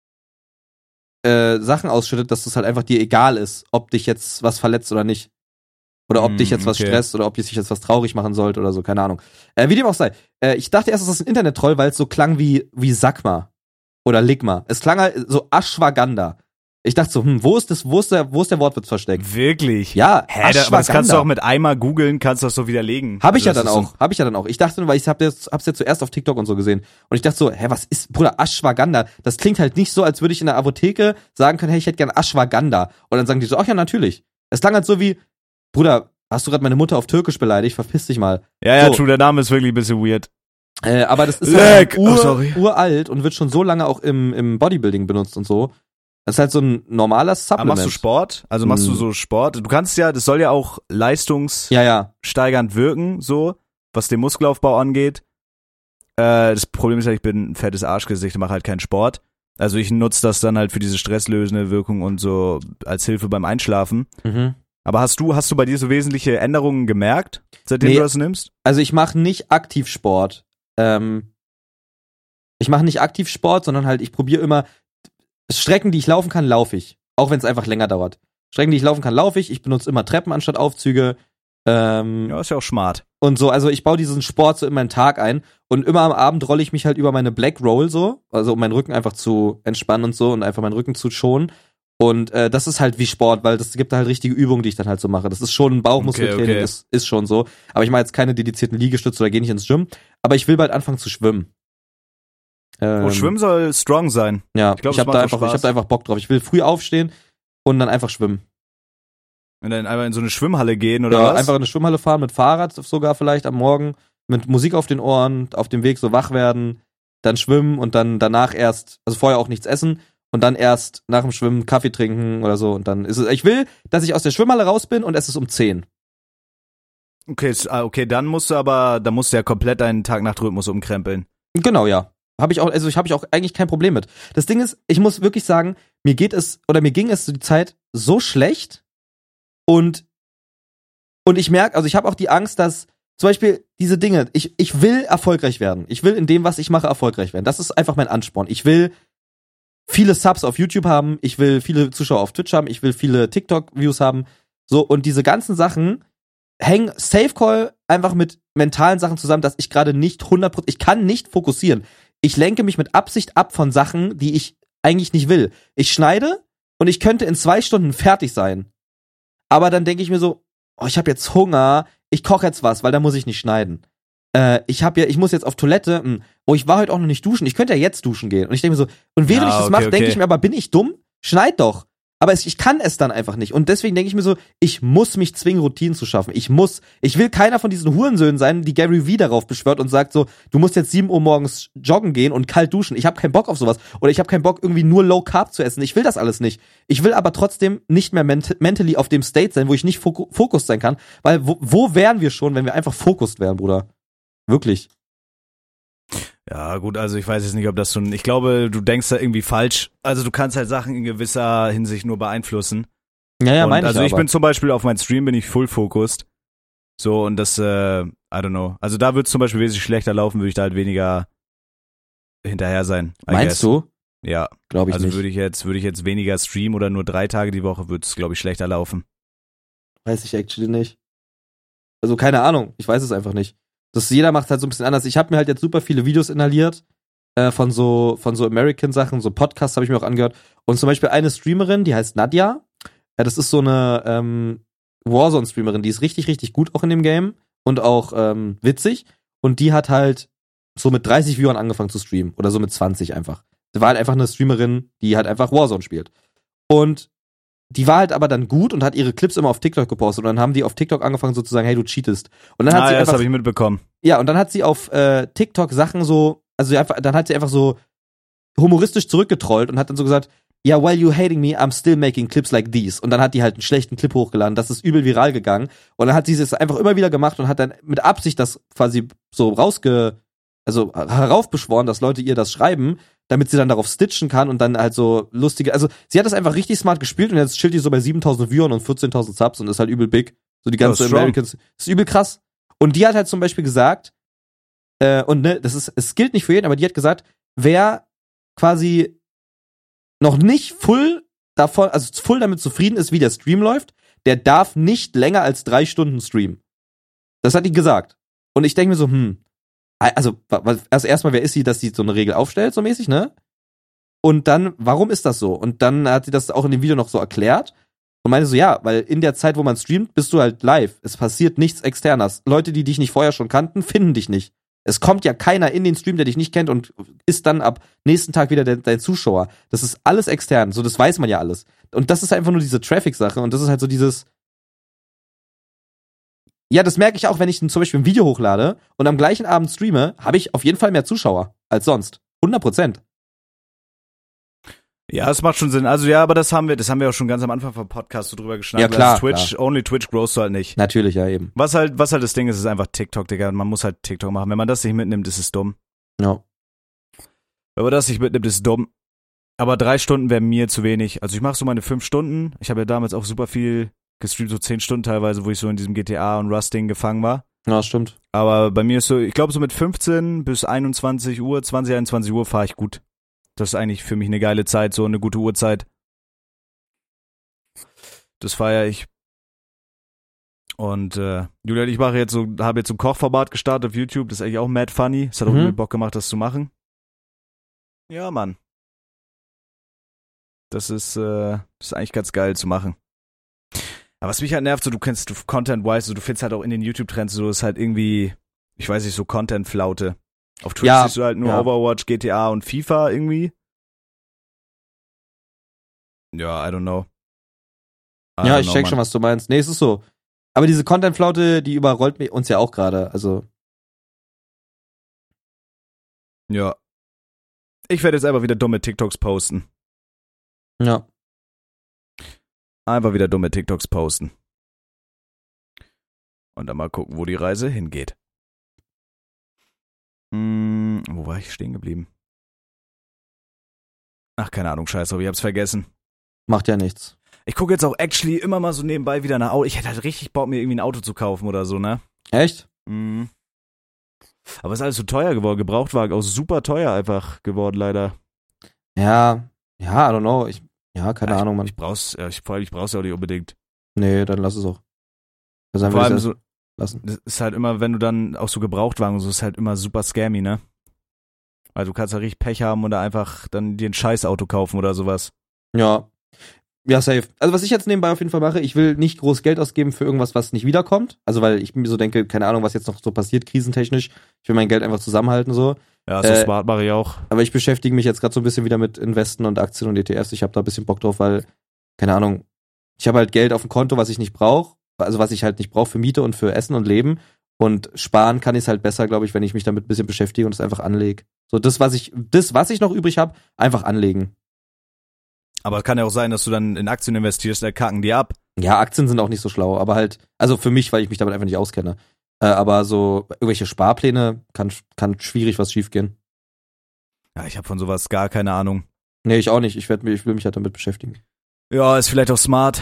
Sachen ausschüttet, dass es halt einfach dir egal ist, ob dich jetzt was verletzt oder nicht. Oder ob dich jetzt was stresst oder ob dich jetzt was traurig machen sollte oder so, keine Ahnung. Wie dem auch sei. Ich dachte erst, das ist ein Internet-Troll, weil es so klang wie Sagma oder Ligma. Es klang halt so Ashwagandha. Ich dachte so, wo ist der Wortwitz versteckt? Wirklich? Ja, aber das kannst du auch mit einmal googeln, kannst du das so widerlegen. Hab ich ja dann auch. Ich dachte nur, weil hab's ja zuerst auf TikTok und so gesehen. Und ich dachte so, was ist, Bruder, Ashwagandha? Das klingt halt nicht so, als würde ich in der Apotheke sagen können, hey, ich hätte gern Ashwagandha. Und dann sagen die so, ach ja, natürlich. Es klang halt so wie, Bruder, hast du gerade meine Mutter auf Türkisch beleidigt? Verpiss dich mal. Ja, true, der Name ist wirklich ein bisschen weird. Aber das ist halt uralt und wird schon so lange auch im Bodybuilding benutzt und so. Das ist halt so ein normaler Supplement. Aber machst du Sport? Also machst du so Sport? Du kannst ja, das soll ja auch leistungssteigernd wirken, so, was den Muskelaufbau angeht. Das Problem ist halt, ich bin ein fettes Arschgesicht und mache halt keinen Sport. Also ich nutze das dann halt für diese stresslösende Wirkung und so als Hilfe beim Einschlafen. Mhm. Aber hast du bei dir so wesentliche Änderungen gemerkt, seitdem du das nimmst? Also ich mache nicht aktiv Sport. Sondern halt, ich probiere immer Strecken, die ich laufen kann, laufe ich. Auch wenn es einfach länger dauert. Strecken, die ich laufen kann, laufe ich. Ich benutze immer Treppen anstatt Aufzüge. Ja, ist ja auch smart. Und so, also ich baue diesen Sport so in meinen Tag ein. Und immer am Abend rolle ich mich halt über meine Black Roll so. Also um meinen Rücken einfach zu entspannen und so und einfach meinen Rücken zu schonen. Und das ist halt wie Sport, weil das gibt halt richtige Übungen, die ich dann halt so mache. Das ist schon ein Bauchmuskeltraining, okay. Ist schon so. Aber ich mache jetzt keine dedizierten Liegestütze oder gehe nicht ins Gym. Aber ich will bald anfangen zu schwimmen. Schwimmen soll strong sein. Ja, ich hab da einfach Bock drauf. Ich will früh aufstehen und dann einfach schwimmen. Und dann einfach in so eine Schwimmhalle gehen oder ja, was? Einfach in eine Schwimmhalle fahren, mit Fahrrad sogar vielleicht am Morgen, mit Musik auf den Ohren, auf dem Weg so wach werden, dann schwimmen und dann danach erst, also vorher auch nichts essen und dann erst nach dem Schwimmen Kaffee trinken oder so und dann ist es, ich will, dass ich aus der Schwimmhalle raus bin und es ist um 10. Okay, dann musst du ja komplett deinen Tag-Nacht-Rhythmus umkrempeln. Genau, ja. Habe ich auch eigentlich kein Problem mit. Das Ding ist, ich muss wirklich sagen, mir ging es zu die Zeit so schlecht und ich merke, also ich habe auch die Angst, dass zum Beispiel diese Dinge, ich will erfolgreich werden. Ich will in dem, was ich mache, erfolgreich werden. Das ist einfach mein Ansporn. Ich will viele Subs auf YouTube haben, ich will viele Zuschauer auf Twitch haben, ich will viele TikTok-Views haben. So, und diese ganzen Sachen hängen Safe Call einfach mit mentalen Sachen zusammen, dass ich gerade nicht 100%, ich kann nicht fokussieren. Ich lenke mich mit Absicht ab von Sachen, die ich eigentlich nicht will. Ich schneide und ich könnte in 2 Stunden fertig sein. Aber dann denke ich mir so, ich habe jetzt Hunger, ich koche jetzt was, weil da muss ich nicht schneiden. Ich muss jetzt auf Toilette, ich war heute auch noch nicht duschen, ich könnte ja jetzt duschen gehen. Und ich denke mir so, und während ich das mache, denke ich mir, aber bin ich dumm? Schneid doch. Aber ich kann es dann einfach nicht. Und deswegen denke ich mir so, ich muss mich zwingen, Routinen zu schaffen. Ich will keiner von diesen Hurensöhnen sein, die Gary Vee darauf beschwört und sagt so, du musst jetzt 7 Uhr morgens joggen gehen und kalt duschen. Ich habe keinen Bock auf sowas. Oder ich habe keinen Bock, irgendwie nur Low Carb zu essen. Ich will das alles nicht. Ich will aber trotzdem nicht mehr mentally auf dem State sein, wo ich nicht fokussiert sein kann. Weil wo wären wir schon, wenn wir einfach fokussiert wären, Bruder? Wirklich. Ja, gut, also ich weiß jetzt nicht, ob das so ich glaube, du denkst da irgendwie falsch. Also du kannst halt Sachen in gewisser Hinsicht nur beeinflussen. Ja, meine ich. Also ich bin zum Beispiel auf meinem Stream bin ich full focused. So, und das, I don't know. Also da wird es zum Beispiel wesentlich schlechter laufen, würde ich da halt weniger hinterher sein. Meinst du? Ja. Glaube ich nicht. Also würde ich jetzt weniger streamen oder nur 3 Tage die Woche, würde es, glaube ich, schlechter laufen. Weiß ich actually nicht. Also keine Ahnung, ich weiß es einfach nicht. Jeder macht halt so ein bisschen anders. Ich habe mir halt jetzt super viele Videos inhaliert von so American-Sachen, so Podcasts habe ich mir auch angehört. Und zum Beispiel eine Streamerin, die heißt Nadja. Ja, das ist so eine Warzone-Streamerin, die ist richtig, richtig gut auch in dem Game und auch witzig. Und die hat halt so mit 30 Viewern angefangen zu streamen oder so mit 20 einfach. Die war halt einfach eine Streamerin, die halt einfach Warzone spielt. Und die war halt aber dann gut und hat ihre Clips immer auf TikTok gepostet und dann haben die auf TikTok angefangen so zu sagen, hey, du cheatest. Und dann hat sie das einfach, habe ich mitbekommen. Ja, und dann hat sie auf TikTok Sachen so, dann hat sie einfach so humoristisch zurückgetrollt und hat dann so gesagt, yeah, while you hating me, I'm still making clips like these. Und dann hat die halt einen schlechten Clip hochgeladen, das ist übel viral gegangen. Und dann hat sie es einfach immer wieder gemacht und hat dann mit Absicht das quasi so heraufbeschworen, dass Leute ihr das schreiben, damit sie dann darauf stitchen kann und dann halt so lustige, also sie hat das einfach richtig smart gespielt und jetzt chillt die so bei 7.000 Viewern und 14.000 Subs und ist halt übel big. So die ganze Americans, ist übel krass. Und die hat halt zum Beispiel gesagt, und ne, es gilt nicht für jeden, aber die hat gesagt, wer quasi noch nicht full damit zufrieden ist, wie der Stream läuft, der darf nicht länger als 3 Stunden streamen. Das hat die gesagt. Und ich denke mir so, also erstmal, wer ist sie, dass sie so eine Regel aufstellt, so mäßig, ne? Und dann, warum ist das so? Und dann hat sie das auch in dem Video noch so erklärt und meinte so, ja, weil in der Zeit, wo man streamt, bist du halt live. Es passiert nichts Externes. Leute, die dich nicht vorher schon kannten, finden dich nicht. Es kommt ja keiner in den Stream, der dich nicht kennt und ist dann ab nächsten Tag wieder dein Zuschauer. Das ist alles extern. So, das weiß man ja alles. Und das ist einfach nur diese Traffic-Sache und das ist halt so dieses. Ja, das merke ich auch, wenn ich zum Beispiel ein Video hochlade und am gleichen Abend streame, habe ich auf jeden Fall mehr Zuschauer als sonst. 100%. Ja, das macht schon Sinn. Also ja, aber das haben wir auch schon ganz am Anfang vom Podcast so drüber geschnackt. Ja, klar. Only Twitch growst du halt nicht. Natürlich, ja, eben. Was halt das Ding ist einfach TikTok, Digga. Man muss halt TikTok machen. Wenn man das nicht mitnimmt, ist es dumm. Ja. Wenn man das nicht mitnimmt, ist es dumm. Aber 3 Stunden wären mir zu wenig. Also ich mache so meine 5 Stunden. Ich habe ja damals auch super viel gestreamt, so 10 Stunden teilweise, wo ich so in diesem GTA und Rust-Ding gefangen war. Ja, stimmt. Aber bei mir ist so, ich glaube so mit 15 bis 21 Uhr, 21 Uhr fahre ich gut. Das ist eigentlich für mich eine geile Zeit, so eine gute Uhrzeit. Das feiere ich. Und Julian, ich habe jetzt so ein Kochformat gestartet auf YouTube. Das ist eigentlich auch mad funny. Es hat auch irgendwie Bock gemacht, das zu machen. Ja, Mann. Das ist eigentlich ganz geil zu machen. Aber was mich halt nervt, so du Content-wise, so du findest halt auch in den YouTube-Trends, so ist halt irgendwie, ich weiß nicht, so Content-Flaute. Auf Twitch siehst du halt nur Overwatch, GTA und FIFA irgendwie. Ja, I don't know. Ich check schon, was du meinst. Nee, es ist so. Aber diese Content-Flaute, die überrollt uns ja auch gerade, also. Ja. Ich werde jetzt einfach wieder dumme TikToks posten. Ja. Einfach wieder dumme TikToks posten. Und dann mal gucken, wo die Reise hingeht. Wo war ich stehen geblieben? Ach, keine Ahnung, scheiße, aber ich hab's vergessen. Macht ja nichts. Ich gucke jetzt auch actually immer mal so nebenbei wieder nach Auto. Ich hätte halt richtig Bock, mir irgendwie ein Auto zu kaufen oder so, ne? Echt? Mhm. Aber es ist alles so teuer geworden. Gebrauchtwagen auch super teuer einfach geworden, leider. Ja, I don't know. Keine Ahnung, Mann. Ich brauch's ja auch nicht unbedingt. Nee, dann lass es auch. Vor allem so, lassen. Das ist halt immer, wenn du dann auch so Gebrauchtwagen und so, ist halt immer super scammy, ne? Also du kannst ja richtig Pech haben oder einfach dann dir ein Scheißauto kaufen oder sowas. Ja. Ja, safe. Also was ich jetzt nebenbei auf jeden Fall mache, ich will nicht groß Geld ausgeben für irgendwas, was nicht wiederkommt. Also weil ich mir so denke, keine Ahnung, was jetzt noch so passiert, krisentechnisch. Ich will mein Geld einfach zusammenhalten, so. Ja, so smart mache ich auch. Aber ich beschäftige mich jetzt gerade so ein bisschen wieder mit Investen und Aktien und ETFs. Ich habe da ein bisschen Bock drauf, weil, keine Ahnung, ich habe halt Geld auf dem Konto, was ich nicht brauche. Also was ich halt nicht brauche für Miete und für Essen und Leben. Und sparen kann ich es halt besser, glaube ich, wenn ich mich damit ein bisschen beschäftige und es einfach anlege. So, das, was ich noch übrig habe, einfach anlegen. Aber es kann ja auch sein, dass du dann in Aktien investierst, da kacken die ab. Ja, Aktien sind auch nicht so schlau, aber halt, also für mich, weil ich mich damit einfach nicht auskenne. Aber so irgendwelche Sparpläne kann schwierig was schiefgehen. Ja, ich habe von sowas gar keine Ahnung. Nee, ich auch nicht. Ich will mich halt damit beschäftigen. Ja, ist vielleicht auch smart.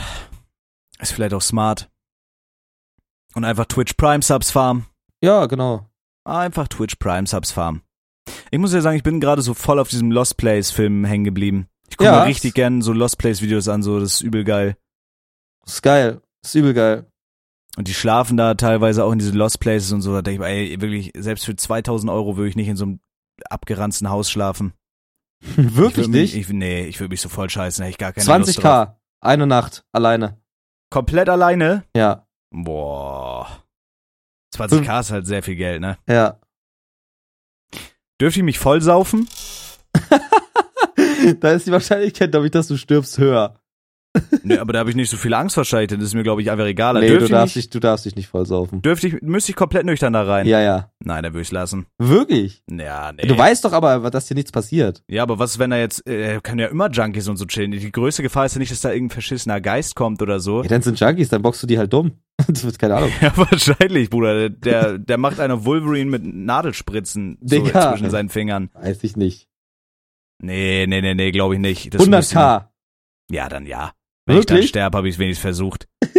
Und einfach Twitch Prime Subs farmen. Ja, genau. Einfach Twitch Prime Subs farmen. Ich muss ja sagen, ich bin gerade so voll auf diesem Lost Place Film hängen geblieben. Ich gucke mir richtig gern so Lost Place Videos an, so, das ist übel geil. Das ist geil. Das ist übel geil. Und die schlafen da teilweise auch in diese Lost Places und so, da denke ich mir, ey, wirklich, selbst für 2.000 € würde ich nicht in so einem abgeranzten Haus schlafen. Wirklich nicht? Ich würde mich so voll scheißen, da hätte ich gar keine Lust drauf. 20.000, eine Nacht, alleine. Komplett alleine? Ja. Boah. 20.000 ist halt sehr viel Geld, ne? Ja. Dürfte ich mich voll saufen? Da ist die Wahrscheinlichkeit, glaube ich, dass du stirbst, höher. Nee, aber da habe ich nicht so viel Angst wahrscheinlich, das ist mir, glaube ich, einfach egal. Nee, du darfst dich nicht voll saufen. Müsste ich komplett nüchtern da rein? Ja. Nein, da würde ich lassen. Wirklich? Ja, nee. Du weißt doch aber, dass dir nichts passiert. Ja, aber was, wenn da jetzt, können ja immer Junkies und so chillen. Die größte Gefahr ist ja nicht, dass da irgendein verschissener Geist kommt oder so. Ja, dann sind Junkies, dann boxst du die halt dumm. Das wird keine Ahnung. Ja, wahrscheinlich, Bruder. Der macht einer Wolverine mit Nadelspritzen so zwischen seinen Fingern. Weiß ich nicht. Nee, glaube ich nicht. 100.000. Ja, dann ja. Wenn Wirklich? ich dann sterbe, habe ich es wenigstens versucht.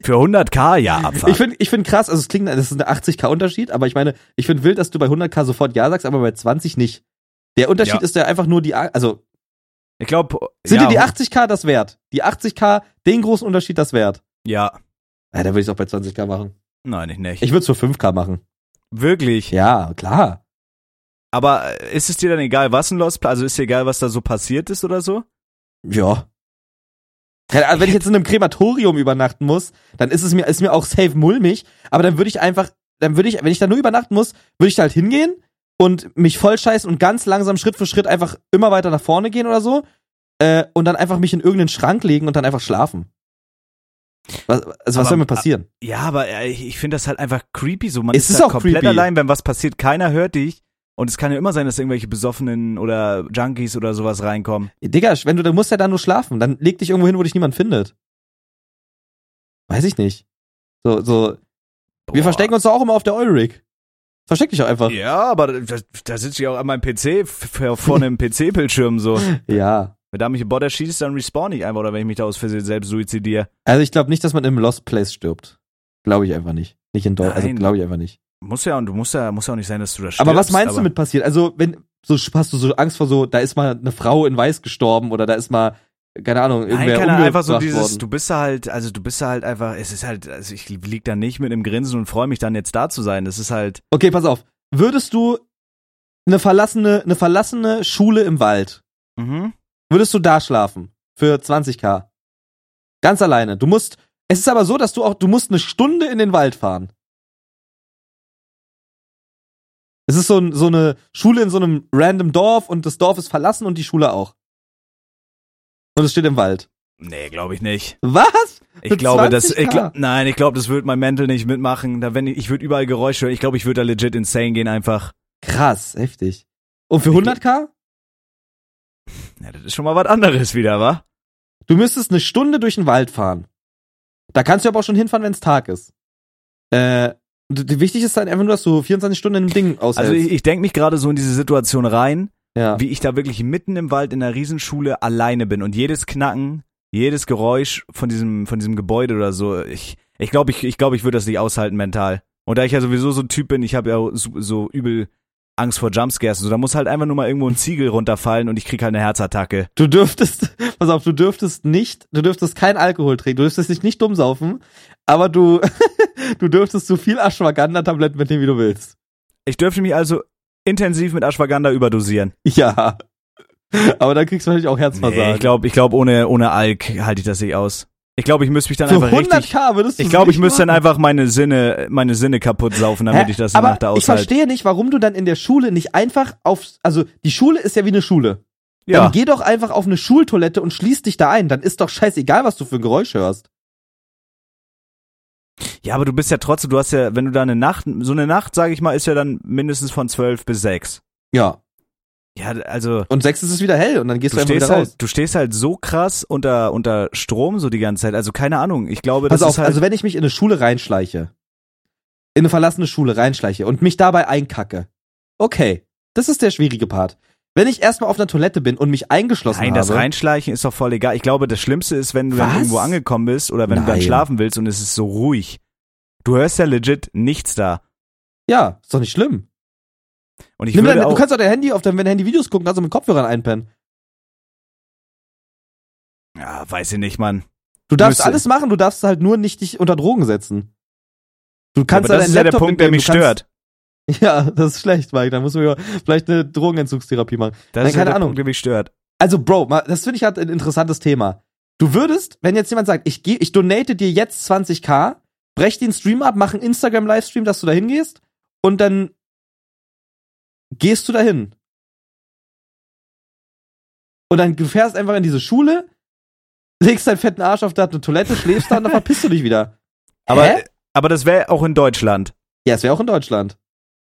Für 100k, ja, Abfahrt. Ich find krass, also es klingt, das ist ein 80k Unterschied, aber ich meine, ich finde wild, dass du bei 100k sofort ja sagst, aber bei 20 nicht. Der Unterschied ist ja einfach nur also ich glaube, sind dir die 80k das wert? Die 80k, den großen Unterschied das wert? Ja. Ja, da würde ich es auch bei 20k machen. Nein, ich nicht. Ich würde es für 5k machen. Wirklich? Ja, klar. Aber ist es dir dann egal, was ein Lost, also ist dir egal, was da so passiert ist oder so? Ja. Also wenn ich jetzt in einem Krematorium übernachten muss, dann ist mir auch safe mulmig, aber dann würde ich, wenn ich da nur übernachten muss, würde ich da halt hingehen und mich voll scheißen und ganz langsam Schritt für Schritt einfach immer weiter nach vorne gehen oder so, und dann einfach mich in irgendeinen Schrank legen und dann einfach schlafen. Was soll mir passieren? Ja, aber ich finde das halt einfach creepy so. Man Es ist halt auch komplett creepy. allein, wenn was passiert, keiner hört dich. Und es kann ja immer sein, dass irgendwelche Besoffenen oder Junkies oder sowas reinkommen. Digga, du musst ja da nur schlafen, dann leg dich irgendwo hin, wo dich niemand findet. Weiß ich nicht. So. Wir verstecken uns doch auch immer auf der Eurig. Versteck dich auch einfach. Ja, aber da sitze ich auch an meinem PC vor einem PC-Bildschirm so. Ja. Wenn da mich ein Bot erschießt, dann respawn ich einfach, oder wenn ich mich da aus Versehen selbst suizidiere. Also ich glaube nicht, dass man im Lost Place stirbt. Glaube ich einfach nicht. Nicht in Deutschland. Also glaube ich einfach nicht. Muss ja auch nicht sein, dass du da stirbst. Aber was meinst du mit passiert? Also hast du so Angst vor so, da ist mal eine Frau in Weiß gestorben oder da ist mal, keine Ahnung, irgendwer einfach so dieses, worden. du bist da halt einfach, es ist halt, also ich lieg da nicht mit einem Grinsen und freue mich dann jetzt da zu sein. Das ist halt. Okay, pass auf. Würdest du eine verlassene Schule im Wald, würdest du da schlafen? Für 20k? Ganz alleine. Es ist aber so, dass du musst eine Stunde in den Wald fahren. Es ist so eine Schule in so einem random Dorf und das Dorf ist verlassen und die Schule auch. Und es steht im Wald. Nee, glaube ich nicht. Was? Ich glaube, das wird mein Mental nicht mitmachen. Ich würde überall Geräusche hören. Ich glaube, ich würde da legit insane gehen einfach. Krass, heftig. Und für 100k? Ja, das ist schon mal was anderes wieder, wa? Du müsstest eine Stunde durch den Wald fahren. Da kannst du aber auch schon hinfahren, wenn es Tag ist. Wichtig ist dann einfach nur, dass du 24 Stunden in einem Ding aushältst. Also ich denke mich gerade so in diese Situation rein, ja. Wie ich da wirklich mitten im Wald in einer Riesenschule alleine bin und jedes Knacken, jedes Geräusch von diesem Gebäude oder so, ich glaube, ich würde das nicht aushalten mental. Und da ich ja sowieso so ein Typ bin, ich habe ja so übel Angst vor Jumpscares. So, da muss halt einfach nur mal irgendwo ein Ziegel runterfallen und ich krieg halt eine Herzattacke. Du dürftest kein Alkohol trinken, du dürftest dich nicht dumm saufen, aber du dürftest so viel Ashwagandha-Tabletten mitnehmen, wie du willst. Ich dürfte mich also intensiv mit Ashwagandha überdosieren. Ja. Aber dann kriegst du natürlich auch Herzversagen. Nee, ich glaube ohne Alk halte ich das nicht aus. Ich glaube, ich müsste mich dann einfach richtig. 100k würdest du. Ich glaube, ich müsste dann einfach meine Sinne kaputt saufen, damit ich das nach der aushalte. Ich verstehe nicht, warum du dann in der Schule nicht einfach also die Schule ist ja wie eine Schule. Ja. Dann geh doch einfach auf eine Schultoilette und schließ dich da ein. Dann ist doch scheißegal, was du für ein Geräusch hörst. Ja, aber du bist ja trotzdem, du hast ja, wenn du da eine Nacht, sage ich mal, ist ja dann mindestens von 12 bis 6. Ja. Ja, also. Und 6 ist es wieder hell und dann gehst du einfach wieder raus. Du stehst halt so krass unter Strom so die ganze Zeit. Also keine Ahnung, ich glaube, das ist halt. Also wenn ich mich in eine Schule reinschleiche, in eine verlassene Schule reinschleiche und mich dabei einkacke, okay, das ist der schwierige Part. Wenn ich erstmal auf einer Toilette bin und mich eingeschlossen habe. Nein, das Reinschleichen ist doch voll egal. Ich glaube, das Schlimmste ist, wenn du dann irgendwo angekommen bist oder wenn du dann schlafen willst und es ist so ruhig. Du hörst ja legit nichts da. Ja, ist doch nicht schlimm. Und du kannst auch dein Handy wenn dein Handy Videos gucken, kannst du mit Kopfhörern einpennen. Ja, weiß ich nicht, Mann. Du darfst alles machen, du darfst halt nur nicht dich unter Drogen setzen. Du kannst aber das ist ja der Punkt, der mich stört. Ja, das ist schlecht, Mike. Da muss man ja vielleicht eine Drogenentzugstherapie machen. Das ist keine Ahnung. Punkt, der mich stört. Also, Bro, das finde ich halt ein interessantes Thema. Du würdest, wenn jetzt jemand sagt, ich donate dir jetzt 20k, brech den Stream ab, mach einen Instagram-Livestream, dass du da hingehst und dann gehst du dahin. Und dann du fährst einfach in diese Schule, legst deinen fetten Arsch auf eine Toilette, schläfst da und dann verpisst du dich wieder. Aber das wäre auch in Deutschland. Ja, es wäre auch in Deutschland.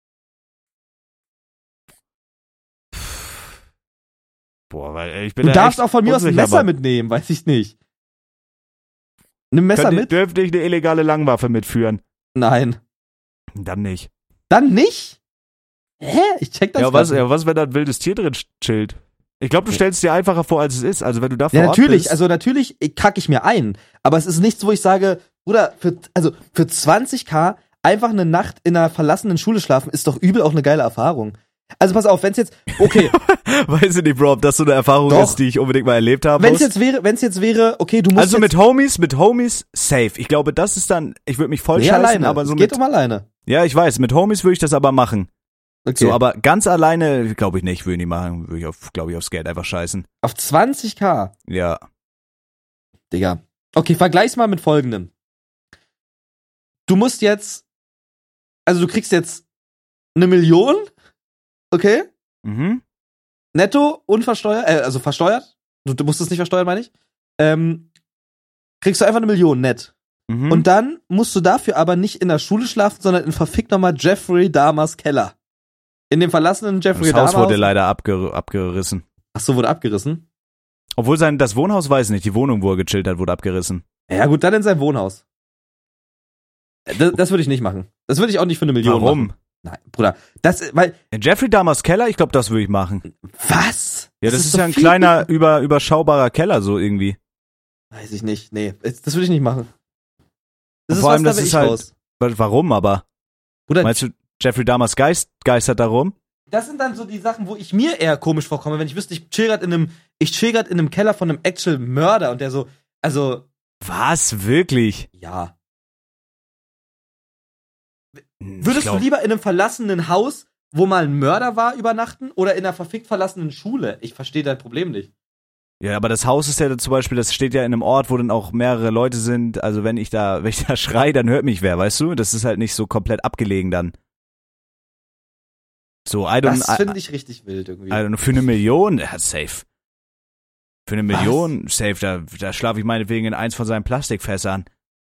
Boah, weil ich bin du darfst auch von mir aus ein Messer mitnehmen, weiß ich nicht. Nimm Messer mit? Dürfte ich eine illegale Langwaffe mitführen? Nein. Dann nicht. Dann nicht? Hä? Ich check das nicht. Was, wenn da ein wildes Tier drin chillt? Ich glaube, du stellst dir einfacher vor, als es ist. Also wenn du da vor Ja, Ort natürlich, bist. also natürlich kacke ich mir ein. Aber es ist nichts, wo ich sage, Bruder, für 20k einfach eine Nacht in einer verlassenen Schule schlafen, ist doch übel auch eine geile Erfahrung. Also pass auf, wenn's jetzt, okay. Weiß ich nicht, Bro, ob das so eine Erfahrung Doch. ist, die ich unbedingt mal erlebt haben Wenn's muss. jetzt wäre, okay, du musst Also jetzt, mit Homies, safe. Ich glaube, das ist dann, ich würde mich voll nee, scheißen, alleine. aber so Es geht mit, um alleine. ja, ich weiß, mit Homies würde ich das aber machen. Okay. So, aber ganz alleine, glaube ich nicht, würde ich nicht machen, würde ich glaube ich, aufs Geld einfach scheißen. Auf 20k, Ja. Digga. Okay, vergleich's mal mit folgendem. Du musst jetzt, also du kriegst jetzt 1 Million, okay? Mhm. Netto, unversteuert, also versteuert. Du musst es nicht versteuern, meine ich. Kriegst du einfach 1 Million net. Mhm. Und dann musst du dafür aber nicht in der Schule schlafen, sondern in verfickt nochmal Jeffrey Dahmers Keller. In dem verlassenen Jeffrey das Haus Dahmer wurde leider abgerissen. Achso, wurde abgerissen? Obwohl das Wohnhaus weiß ich nicht, die Wohnung, wo er gechillt hat, wurde abgerissen. Ja gut, dann in sein Wohnhaus. Das würde ich nicht machen. Das würde ich auch nicht für 1 Million Warum? machen. Nein, Bruder. Weil, In Jeffrey Dahmers Keller, ich glaube, das würde ich machen. was? Ja, das ist so ja ein viel? kleiner, überschaubarer Keller, so irgendwie. Weiß ich nicht, nee. Das würde ich nicht machen. Das Und vor allem, da das will ist ich halt- raus. Warum aber? Bruder, Meinst du, Jeffrey Dahmers Geist geistert da rum? das sind dann so die Sachen, wo ich mir eher komisch vorkomme, wenn ich wüsste, ich chill grad in einem Keller von einem actual Mörder und der so, also, Was? Wirklich? ja. Ich Würdest glaub- du lieber in einem verlassenen Haus, wo mal ein Mörder war, übernachten oder in einer verfickt verlassenen Schule? Ich verstehe dein Problem nicht. Ja, aber das Haus ist ja zum Beispiel, das steht ja in einem Ort, wo dann auch mehrere Leute sind. Also wenn ich da schreie, dann hört mich wer, weißt du? Das ist halt nicht so komplett abgelegen dann. So, Das finde ich richtig wild irgendwie. Also für 1 Million, ja, safe. Für 1 Million, safe, da schlafe ich meinetwegen in eins von seinen Plastikfässern.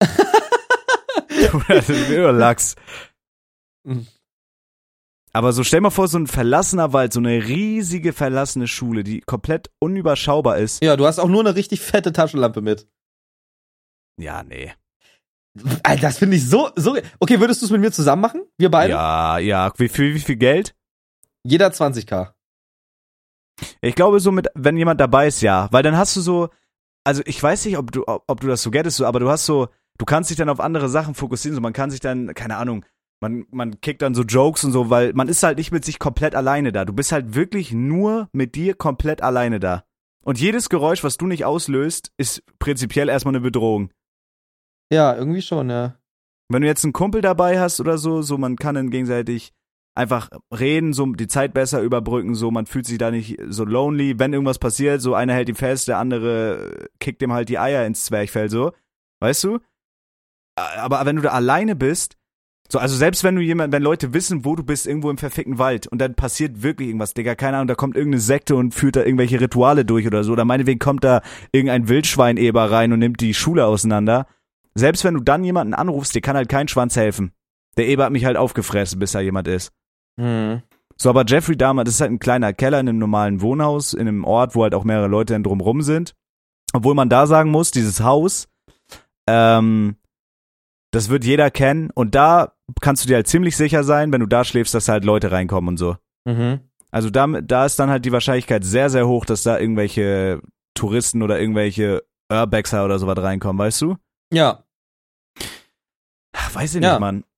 Das ist mir Lachs. Mhm. Aber so stell mal vor, so ein verlassener Wald, so eine riesige verlassene Schule, die komplett unüberschaubar ist. Ja, du hast auch nur eine richtig fette Taschenlampe mit. Ja, nee. Alter, das finde ich so. Okay, würdest du es mit mir zusammen machen? Wir beide? Ja. Wie viel Geld? Jeder 20k. Ich glaube so wenn jemand dabei ist, ja. Weil dann hast du so, also ich weiß nicht, ob du das so gettest, so, aber du kannst dich dann auf andere Sachen fokussieren, so man kann sich dann, keine Ahnung, man kickt dann so Jokes und so, weil man ist halt nicht mit sich komplett alleine da. Du bist halt wirklich nur mit dir komplett alleine da. Und jedes Geräusch, was du nicht auslöst, ist prinzipiell erstmal eine Bedrohung. Ja, irgendwie schon, ja. Wenn du jetzt einen Kumpel dabei hast oder so man kann dann gegenseitig einfach reden, so die Zeit besser überbrücken, so man fühlt sich da nicht so lonely. Wenn irgendwas passiert, so einer hält ihn fest, der andere kickt ihm halt die Eier ins Zwerchfell, so. Weißt du? Aber wenn du da alleine bist, so, also selbst wenn Leute wissen, wo du bist, irgendwo im verfickten Wald und dann passiert wirklich irgendwas, Digga, keine Ahnung, da kommt irgendeine Sekte und führt da irgendwelche Rituale durch oder so, oder meinetwegen kommt da irgendein Wildschweineber rein und nimmt die Schule auseinander. Selbst wenn du dann jemanden anrufst, dir kann halt kein Schwanz helfen. Der Eber hat mich halt aufgefressen, bis da jemand ist. Mhm. So, aber Jeffrey Dahmer, das ist halt ein kleiner Keller in einem normalen Wohnhaus, in einem Ort, wo halt auch mehrere Leute dann drumrum sind. Obwohl man da sagen muss, dieses Haus, das wird jeder kennen und da kannst du dir halt ziemlich sicher sein, wenn du da schläfst, dass halt Leute reinkommen und so. Mhm. Also da ist dann halt die Wahrscheinlichkeit sehr, sehr hoch, dass da irgendwelche Touristen oder irgendwelche Urbexer oder sowas reinkommen, weißt du? Ja. Ach, weiß ich Ja. nicht, Mann.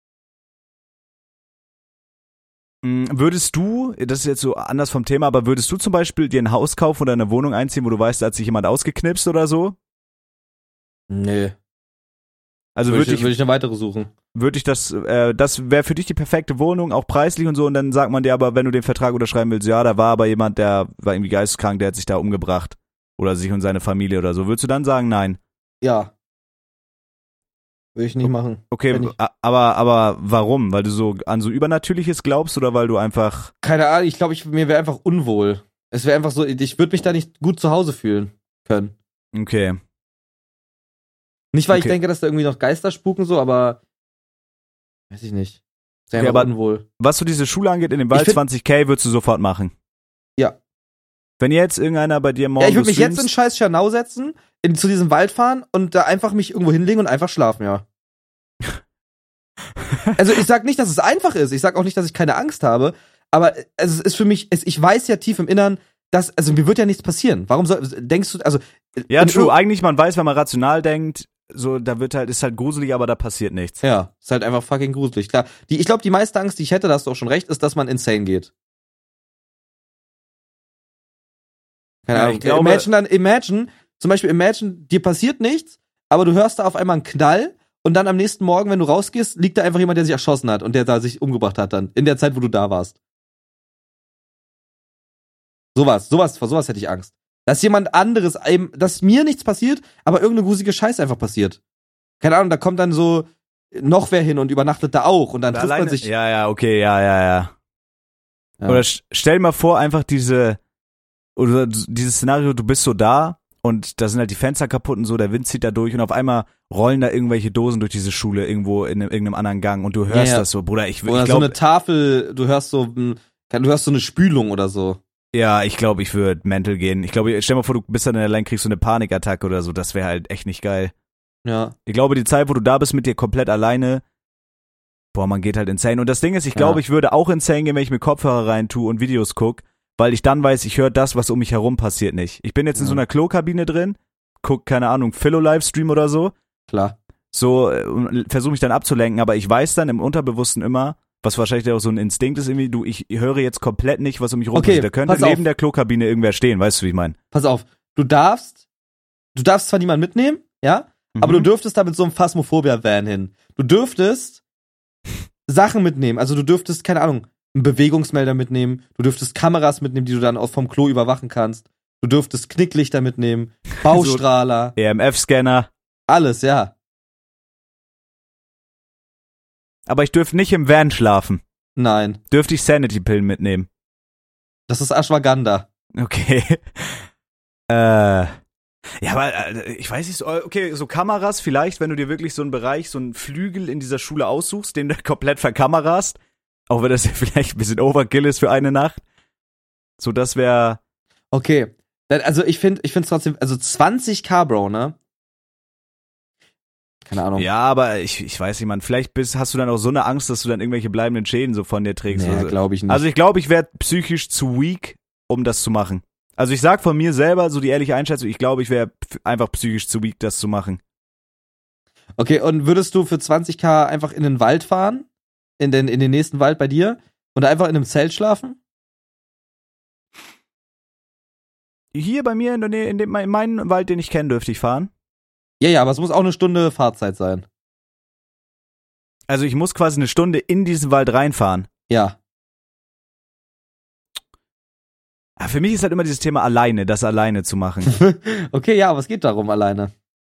Würdest du, das ist jetzt so anders vom Thema, aber würdest du zum Beispiel dir ein Haus kaufen oder eine Wohnung einziehen, wo du weißt, da hat sich jemand ausgeknipst oder so? Nee. Also Würde ich eine weitere suchen. würde ich das wäre für dich die perfekte Wohnung, auch preislich und so, und dann sagt man dir aber, wenn du den Vertrag unterschreiben willst, ja, da war aber jemand, der war irgendwie geisteskrank, der hat sich da umgebracht. Oder sich und seine Familie oder so. Würdest du dann sagen, nein? Ja. Würde ich nicht machen. Okay, Wenn ich- aber warum? Weil du so an so Übernatürliches glaubst oder weil du einfach... Keine Ahnung, ich glaube, mir wäre einfach unwohl. Es wäre einfach so, ich würde mich da nicht gut zu Hause fühlen können. Okay. Nicht, weil ich Okay. denke, dass da irgendwie noch Geister spuken, so, aber weiß ich nicht. Ist Okay, einfach aber- unwohl. Was so diese Schule angeht, in dem Wald Ich find- 20k würdest du sofort machen. Ja. Wenn jetzt irgendeiner bei dir morgen Ja, ich würde mich jetzt in streamst- scheiß Scharnau setzen, zu diesem Wald fahren und da einfach mich irgendwo hinlegen und einfach schlafen, ja. Also ich sag nicht, dass es einfach ist. Ich sag auch nicht, dass ich keine Angst habe. Aber es ist für mich, ich weiß ja tief im Innern, also mir wird ja nichts passieren. Warum denkst du, also. Ja, true. Eigentlich, man weiß, wenn man rational denkt, so, da ist halt gruselig, aber da passiert nichts. Ja, ist halt einfach fucking gruselig. Klar. Ich glaube, die meiste Angst, die ich hätte, da hast du auch schon recht, ist, dass man insane geht. Keine Ahnung. Imagine, dir passiert nichts, aber du hörst da auf einmal einen Knall und dann am nächsten Morgen, wenn du rausgehst, liegt da einfach jemand, der sich erschossen hat und der da sich umgebracht hat dann, in der Zeit, wo du da warst. Vor sowas hätte ich Angst. Dass jemand anderes, dass mir nichts passiert, aber irgendeine gruselige Scheiße einfach passiert. Keine Ahnung, da kommt dann so noch wer hin und übernachtet da auch und dann trifft man sich. Ja, okay, ja. Oder stell dir mal vor, einfach dieses Szenario, du bist so da und da sind halt die Fenster kaputt und so, der Wind zieht da durch und auf einmal rollen da irgendwelche Dosen durch diese Schule irgendwo in irgendeinem anderen Gang und du hörst das so, Bruder, ich glaube, so eine Tafel, du hörst so eine Spülung oder so. Ja, ich glaube, ich würde mental gehen. Ich glaube, stell dir mal vor, du bist dann allein, kriegst so eine Panikattacke oder so, das wäre halt echt nicht geil. Ja. Ich glaube, die Zeit, wo du da bist mit dir komplett alleine, man geht halt insane. Und das Ding ist, ich glaube, ich würde auch insane gehen, wenn ich mir Kopfhörer rein tue und Videos gucke, weil ich dann weiß, ich höre das, was um mich herum passiert nicht. Ich bin jetzt in so einer Klokabine drin, guck, keine Ahnung, Philo-Livestream oder so. Klar. So, versuche mich dann abzulenken, aber ich weiß dann im Unterbewussten immer, was wahrscheinlich auch so ein Instinkt ist irgendwie, ich höre jetzt komplett nicht, was um mich rum passiert. Da könnte neben der Klokabine irgendwer stehen, weißt du, wie ich meine? Pass auf, du darfst zwar niemanden mitnehmen, ja, aber du dürftest da mit so einem Phasmophobia-Van hin. Du dürftest Sachen mitnehmen, also du dürftest, keine Ahnung, einen Bewegungsmelder mitnehmen, du dürftest Kameras mitnehmen, die du dann vom Klo überwachen kannst, du dürftest Knicklichter mitnehmen, Baustrahler. So, EMF-Scanner. Alles, ja. Aber ich dürfte nicht im Van schlafen. Nein. Dürfte ich Sanity-Pillen mitnehmen? Das ist Ashwagandha. Okay. Ja, aber ich weiß nicht, okay, so Kameras vielleicht, wenn du dir wirklich so einen Bereich, so einen Flügel in dieser Schule aussuchst, den du komplett verkamerast, auch wenn das ja vielleicht ein bisschen Overkill ist für eine Nacht. So, das wäre... Okay, also ich find's trotzdem, also 20.000, Bro, ne? Keine Ahnung. Ja, aber ich weiß nicht, man, vielleicht hast du dann auch so eine Angst, dass du dann irgendwelche bleibenden Schäden so von dir trägst. Nee, glaube ich nicht. Also ich glaube, ich wäre psychisch zu weak, um das zu machen. Also ich sag von mir selber, so die ehrliche Einschätzung, ich glaube, ich wäre einfach psychisch zu weak, das zu machen. Okay, und würdest du für 20.000 einfach in den Wald fahren? In den nächsten Wald bei dir? Und einfach in einem Zelt schlafen? Hier bei mir in der Nähe, in meinem Wald, den ich kenne, dürfte ich fahren. Ja, aber es muss auch eine Stunde Fahrzeit sein. Also ich muss quasi eine Stunde in diesen Wald reinfahren. Ja. Aber für mich ist halt immer dieses Thema das alleine zu machen. Okay, ja, aber es geht darum, alleine.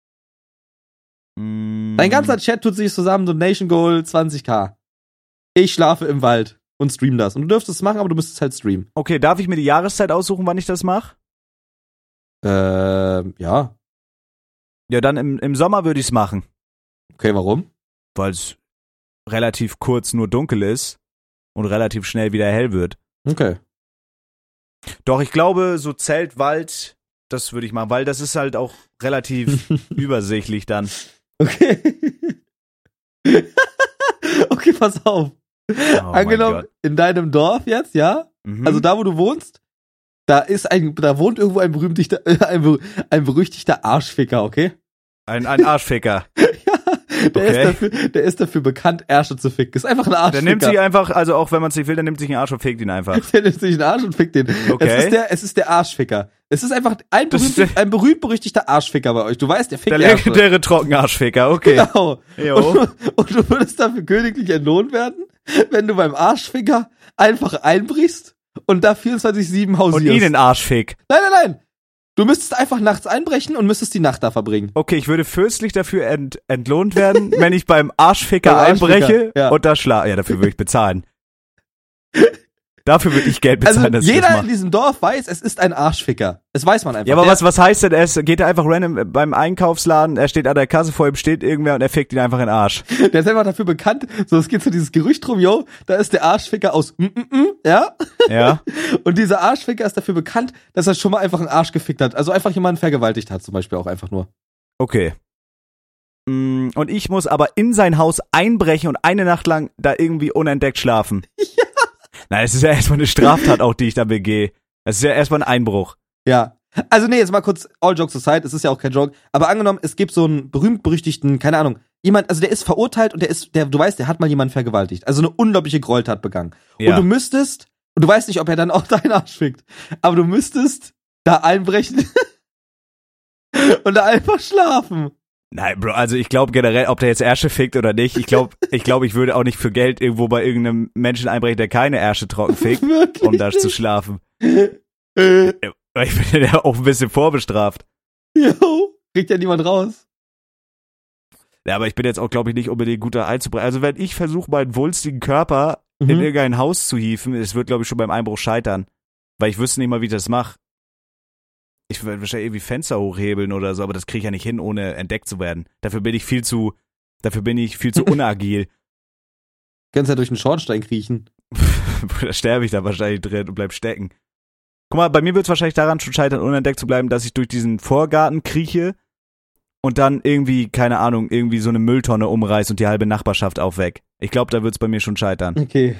Dein ganzer Chat tut sich zusammen, so Nation Goal 20.000. Ich schlafe im Wald und stream das. Und du dürftest es machen, aber du müsstest halt streamen. Okay, darf ich mir die Jahreszeit aussuchen, wann ich das mache? Ja. Ja, dann im Sommer würde ich es machen. Okay, warum? Weil es relativ kurz nur dunkel ist und relativ schnell wieder hell wird. Okay. Doch, ich glaube, so Zelt, Wald, das würde ich machen, weil das ist halt auch relativ übersichtlich dann. Okay. Okay, pass auf. Oh, angenommen, in deinem Dorf jetzt, ja? Also da, wo du wohnst, da wohnt irgendwo ein berüchtigter Arschficker, okay? Ein Arschficker. Ja, der ist dafür bekannt, Ärsche zu ficken. Ist einfach ein Arschficker. Der nimmt sich einfach, also auch wenn man es nicht will, der nimmt sich einen Arsch und fickt ihn einfach. Der nimmt sich einen Arsch und fickt den. Okay. Es ist der Arschficker. Es ist einfach ein berühmt-berüchtigter Arschficker bei euch. Du weißt, der fickt der legendäre Trockenarschficker, okay. Genau. Und du würdest dafür königlich entlohnt werden, wenn du beim Arschficker einfach einbrichst und da 24/7 hausierst. Und ihn den Arsch fick. Nein. Du müsstest einfach nachts einbrechen und müsstest die Nacht da verbringen. Okay, ich würde fürstlich dafür entlohnt werden, wenn ich beim Arschficker einbreche und da schlafe. Ja, dafür würde ich bezahlen. Dafür würde ich Geld bezahlen, dass jeder das in diesem Dorf weiß, es ist ein Arschficker. Das weiß man einfach. Ja, aber was heißt denn, geht er einfach random beim Einkaufsladen, er steht an der Kasse, vor ihm steht irgendwer und er fickt ihn einfach in den Arsch. Der ist einfach dafür bekannt, so es geht so dieses Gerücht rum, da ist der Arschficker aus ja? Ja. Und dieser Arschficker ist dafür bekannt, dass er schon mal einfach einen Arsch gefickt hat. Also einfach jemanden vergewaltigt hat, zum Beispiel auch einfach nur. Okay. Und ich muss aber in sein Haus einbrechen und eine Nacht lang da irgendwie unentdeckt schlafen. Ja. Nein, es ist ja erstmal eine Straftat auch, die ich da begehe. Es ist ja erstmal ein Einbruch. Ja. Also nee, jetzt mal kurz all jokes aside, es ist ja auch kein Joke, aber angenommen, es gibt so einen berühmt-berüchtigten, keine Ahnung, jemand, also der ist verurteilt und du weißt, der hat mal jemanden vergewaltigt, also eine unglaubliche Gräueltat begangen. Ja. Und du weißt nicht, ob er dann auch deinen Arsch fickt, aber du müsstest da einbrechen und da einfach schlafen. Nein, Bro, also ich glaube generell, ob der jetzt Ärsche fickt oder nicht, ich glaube, ich würde auch nicht für Geld irgendwo bei irgendeinem Menschen einbrechen, der keine Ärsche trocken fickt, Wirklich um da zu nicht. schlafen. Ich bin ja auch ein bisschen vorbestraft. Jo, kriegt ja niemand raus. Ja, aber ich bin jetzt auch, glaube ich, nicht unbedingt gut da einzubrechen. Also wenn ich versuche, meinen wulstigen Körper in irgendein Haus zu hieven, es wird, glaube ich, schon beim Einbruch scheitern. Weil ich wüsste nicht mal, wie ich das mache. Ich würde wahrscheinlich irgendwie Fenster hochhebeln oder so, aber das kriege ich ja nicht hin, ohne entdeckt zu werden. Dafür bin ich viel zu unagil. Kannst ja durch den Schornstein kriechen. Da sterbe ich da wahrscheinlich drin und bleib stecken. Guck mal, bei mir wird es wahrscheinlich daran schon scheitern, unentdeckt zu bleiben, dass ich durch diesen Vorgarten krieche und dann irgendwie, keine Ahnung, irgendwie so eine Mülltonne umreiß und die halbe Nachbarschaft aufweck. Ich glaube, da wird es bei mir schon scheitern. Okay.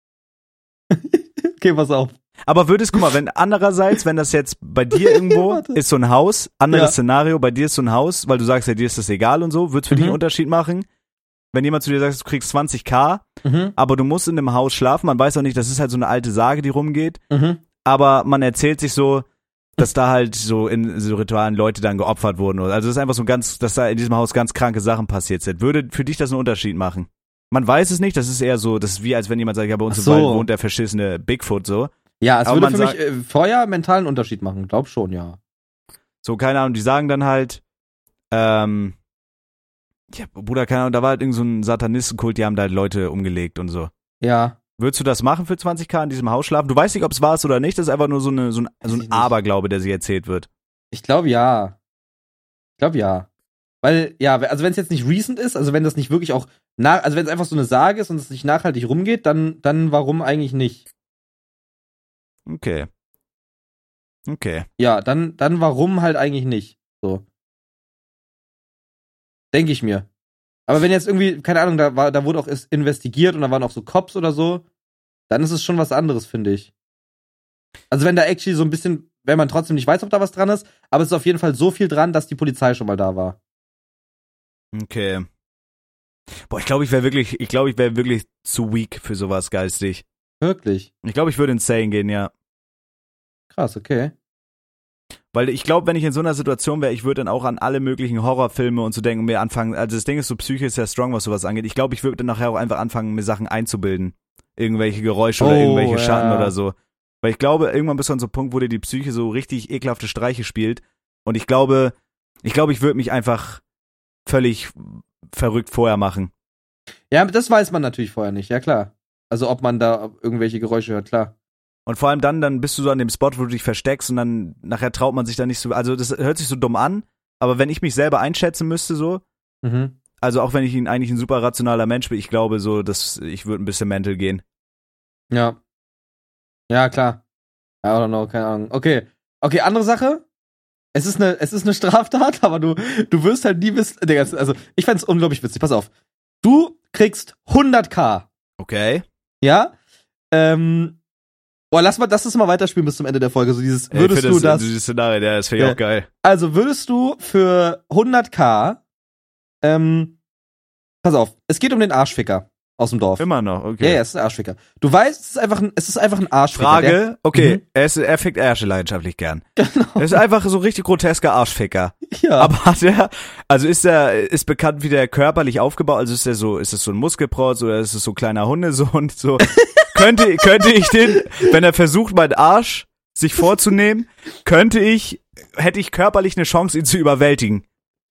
Okay, pass auf. Aber guck mal, wenn das jetzt bei dir irgendwo Warte. ist so ein Haus, anderes Ja. Szenario, bei dir ist so ein Haus, weil du sagst, ja, dir ist das egal und so, wird es für dich einen Mhm. Unterschied machen? Wenn jemand zu dir sagt, du kriegst 20.000, aber du musst in einem Haus schlafen, man weiß auch nicht, das ist halt so eine alte Sage, die rumgeht, aber man erzählt sich so, dass da halt so in so Ritualen Leute dann geopfert wurden. Also das ist einfach so dass da in diesem Haus ganz kranke Sachen passiert sind. Würde für dich das einen Unterschied machen? Man weiß es nicht, das ist eher so, das ist wie als wenn jemand sagt, ja, bei uns Ach im so. Wald wohnt der verschissene Bigfoot so. Ja, es Aber würde man für mich vorher mentalen Unterschied machen. Glaub schon, ja. So, keine Ahnung, die sagen dann halt, ja, Bruder, keine Ahnung, da war halt irgend so ein Satanistenkult, die haben da halt Leute umgelegt und so. Ja. Würdest du das machen für 20.000 in diesem Haus schlafen? Du weißt nicht, ob es wahr ist oder nicht, das ist einfach nur so Weiß ein ich nicht. Aberglaube, der sich erzählt wird. Ich glaube ja. Weil, ja, also wenn es jetzt nicht recent ist, also wenn das nicht wirklich auch also wenn es einfach so eine Sage ist und es nicht nachhaltig rumgeht, dann warum eigentlich nicht? Okay. Ja, dann warum halt eigentlich nicht? So. Denke ich mir. Aber wenn jetzt irgendwie, keine Ahnung, da wurde auch investigiert und da waren auch so Cops oder so, dann ist es schon was anderes, finde ich. Also wenn da actually so ein bisschen, wenn man trotzdem nicht weiß, ob da was dran ist, aber es ist auf jeden Fall so viel dran, dass die Polizei schon mal da war. Okay. Boah, ich glaube, ich wäre wirklich zu weak für sowas geistig. Wirklich? Ich glaube, ich würde insane gehen, ja. Krass, okay. Weil ich glaube, wenn ich in so einer Situation wäre, ich würde dann auch an alle möglichen Horrorfilme und so denken und mir anfangen, also das Ding ist so, Psyche ist sehr strong, was sowas angeht. Ich glaube, ich würde dann nachher auch einfach anfangen, mir Sachen einzubilden. Irgendwelche Geräusche oder irgendwelche Schatten oder so. Weil ich glaube, irgendwann bist du an so einem Punkt, wo dir die Psyche so richtig ekelhafte Streiche spielt. Und ich glaube, ich würde mich einfach völlig verrückt vorher machen. Ja, das weiß man natürlich vorher nicht, ja klar. Also ob man da irgendwelche Geräusche hört, klar. Und vor allem dann bist du so an dem Spot, wo du dich versteckst und dann nachher traut man sich da nicht so, also das hört sich so dumm an, aber wenn ich mich selber einschätzen müsste so, also auch wenn ich eigentlich ein super rationaler Mensch bin, ich glaube so, dass ich würde ein bisschen mental gehen. Ja. Ja, klar. I don't know, keine Ahnung. Okay, andere Sache. Es ist eine Straftat, aber du wirst halt nie wissen, Digga, also ich fänd's unglaublich witzig, pass auf. Du kriegst 100.000. Okay. Ja? Lass das mal weiterspielen bis zum Ende der Folge, so dieses, würdest du das... Dieses Szenario, ja, das finde ich auch geil. Also würdest du für 100.000, pass auf, es geht um den Arschficker aus dem Dorf. Immer noch, okay. Ja, es ist ein Arschficker. Du weißt, es ist einfach ein Arschficker. Frage, okay, er fickt Ärsche leidenschaftlich gern. Genau. Er ist einfach so ein richtig grotesker Arschficker. Ja. Aber ist bekannt, wie der körperlich aufgebaut, also ist es so ein Muskelprotz oder ist es so ein kleiner Hundesohn, so. Könnte ich den, wenn er versucht, meinen Arsch sich vorzunehmen, hätte ich körperlich eine Chance, ihn zu überwältigen.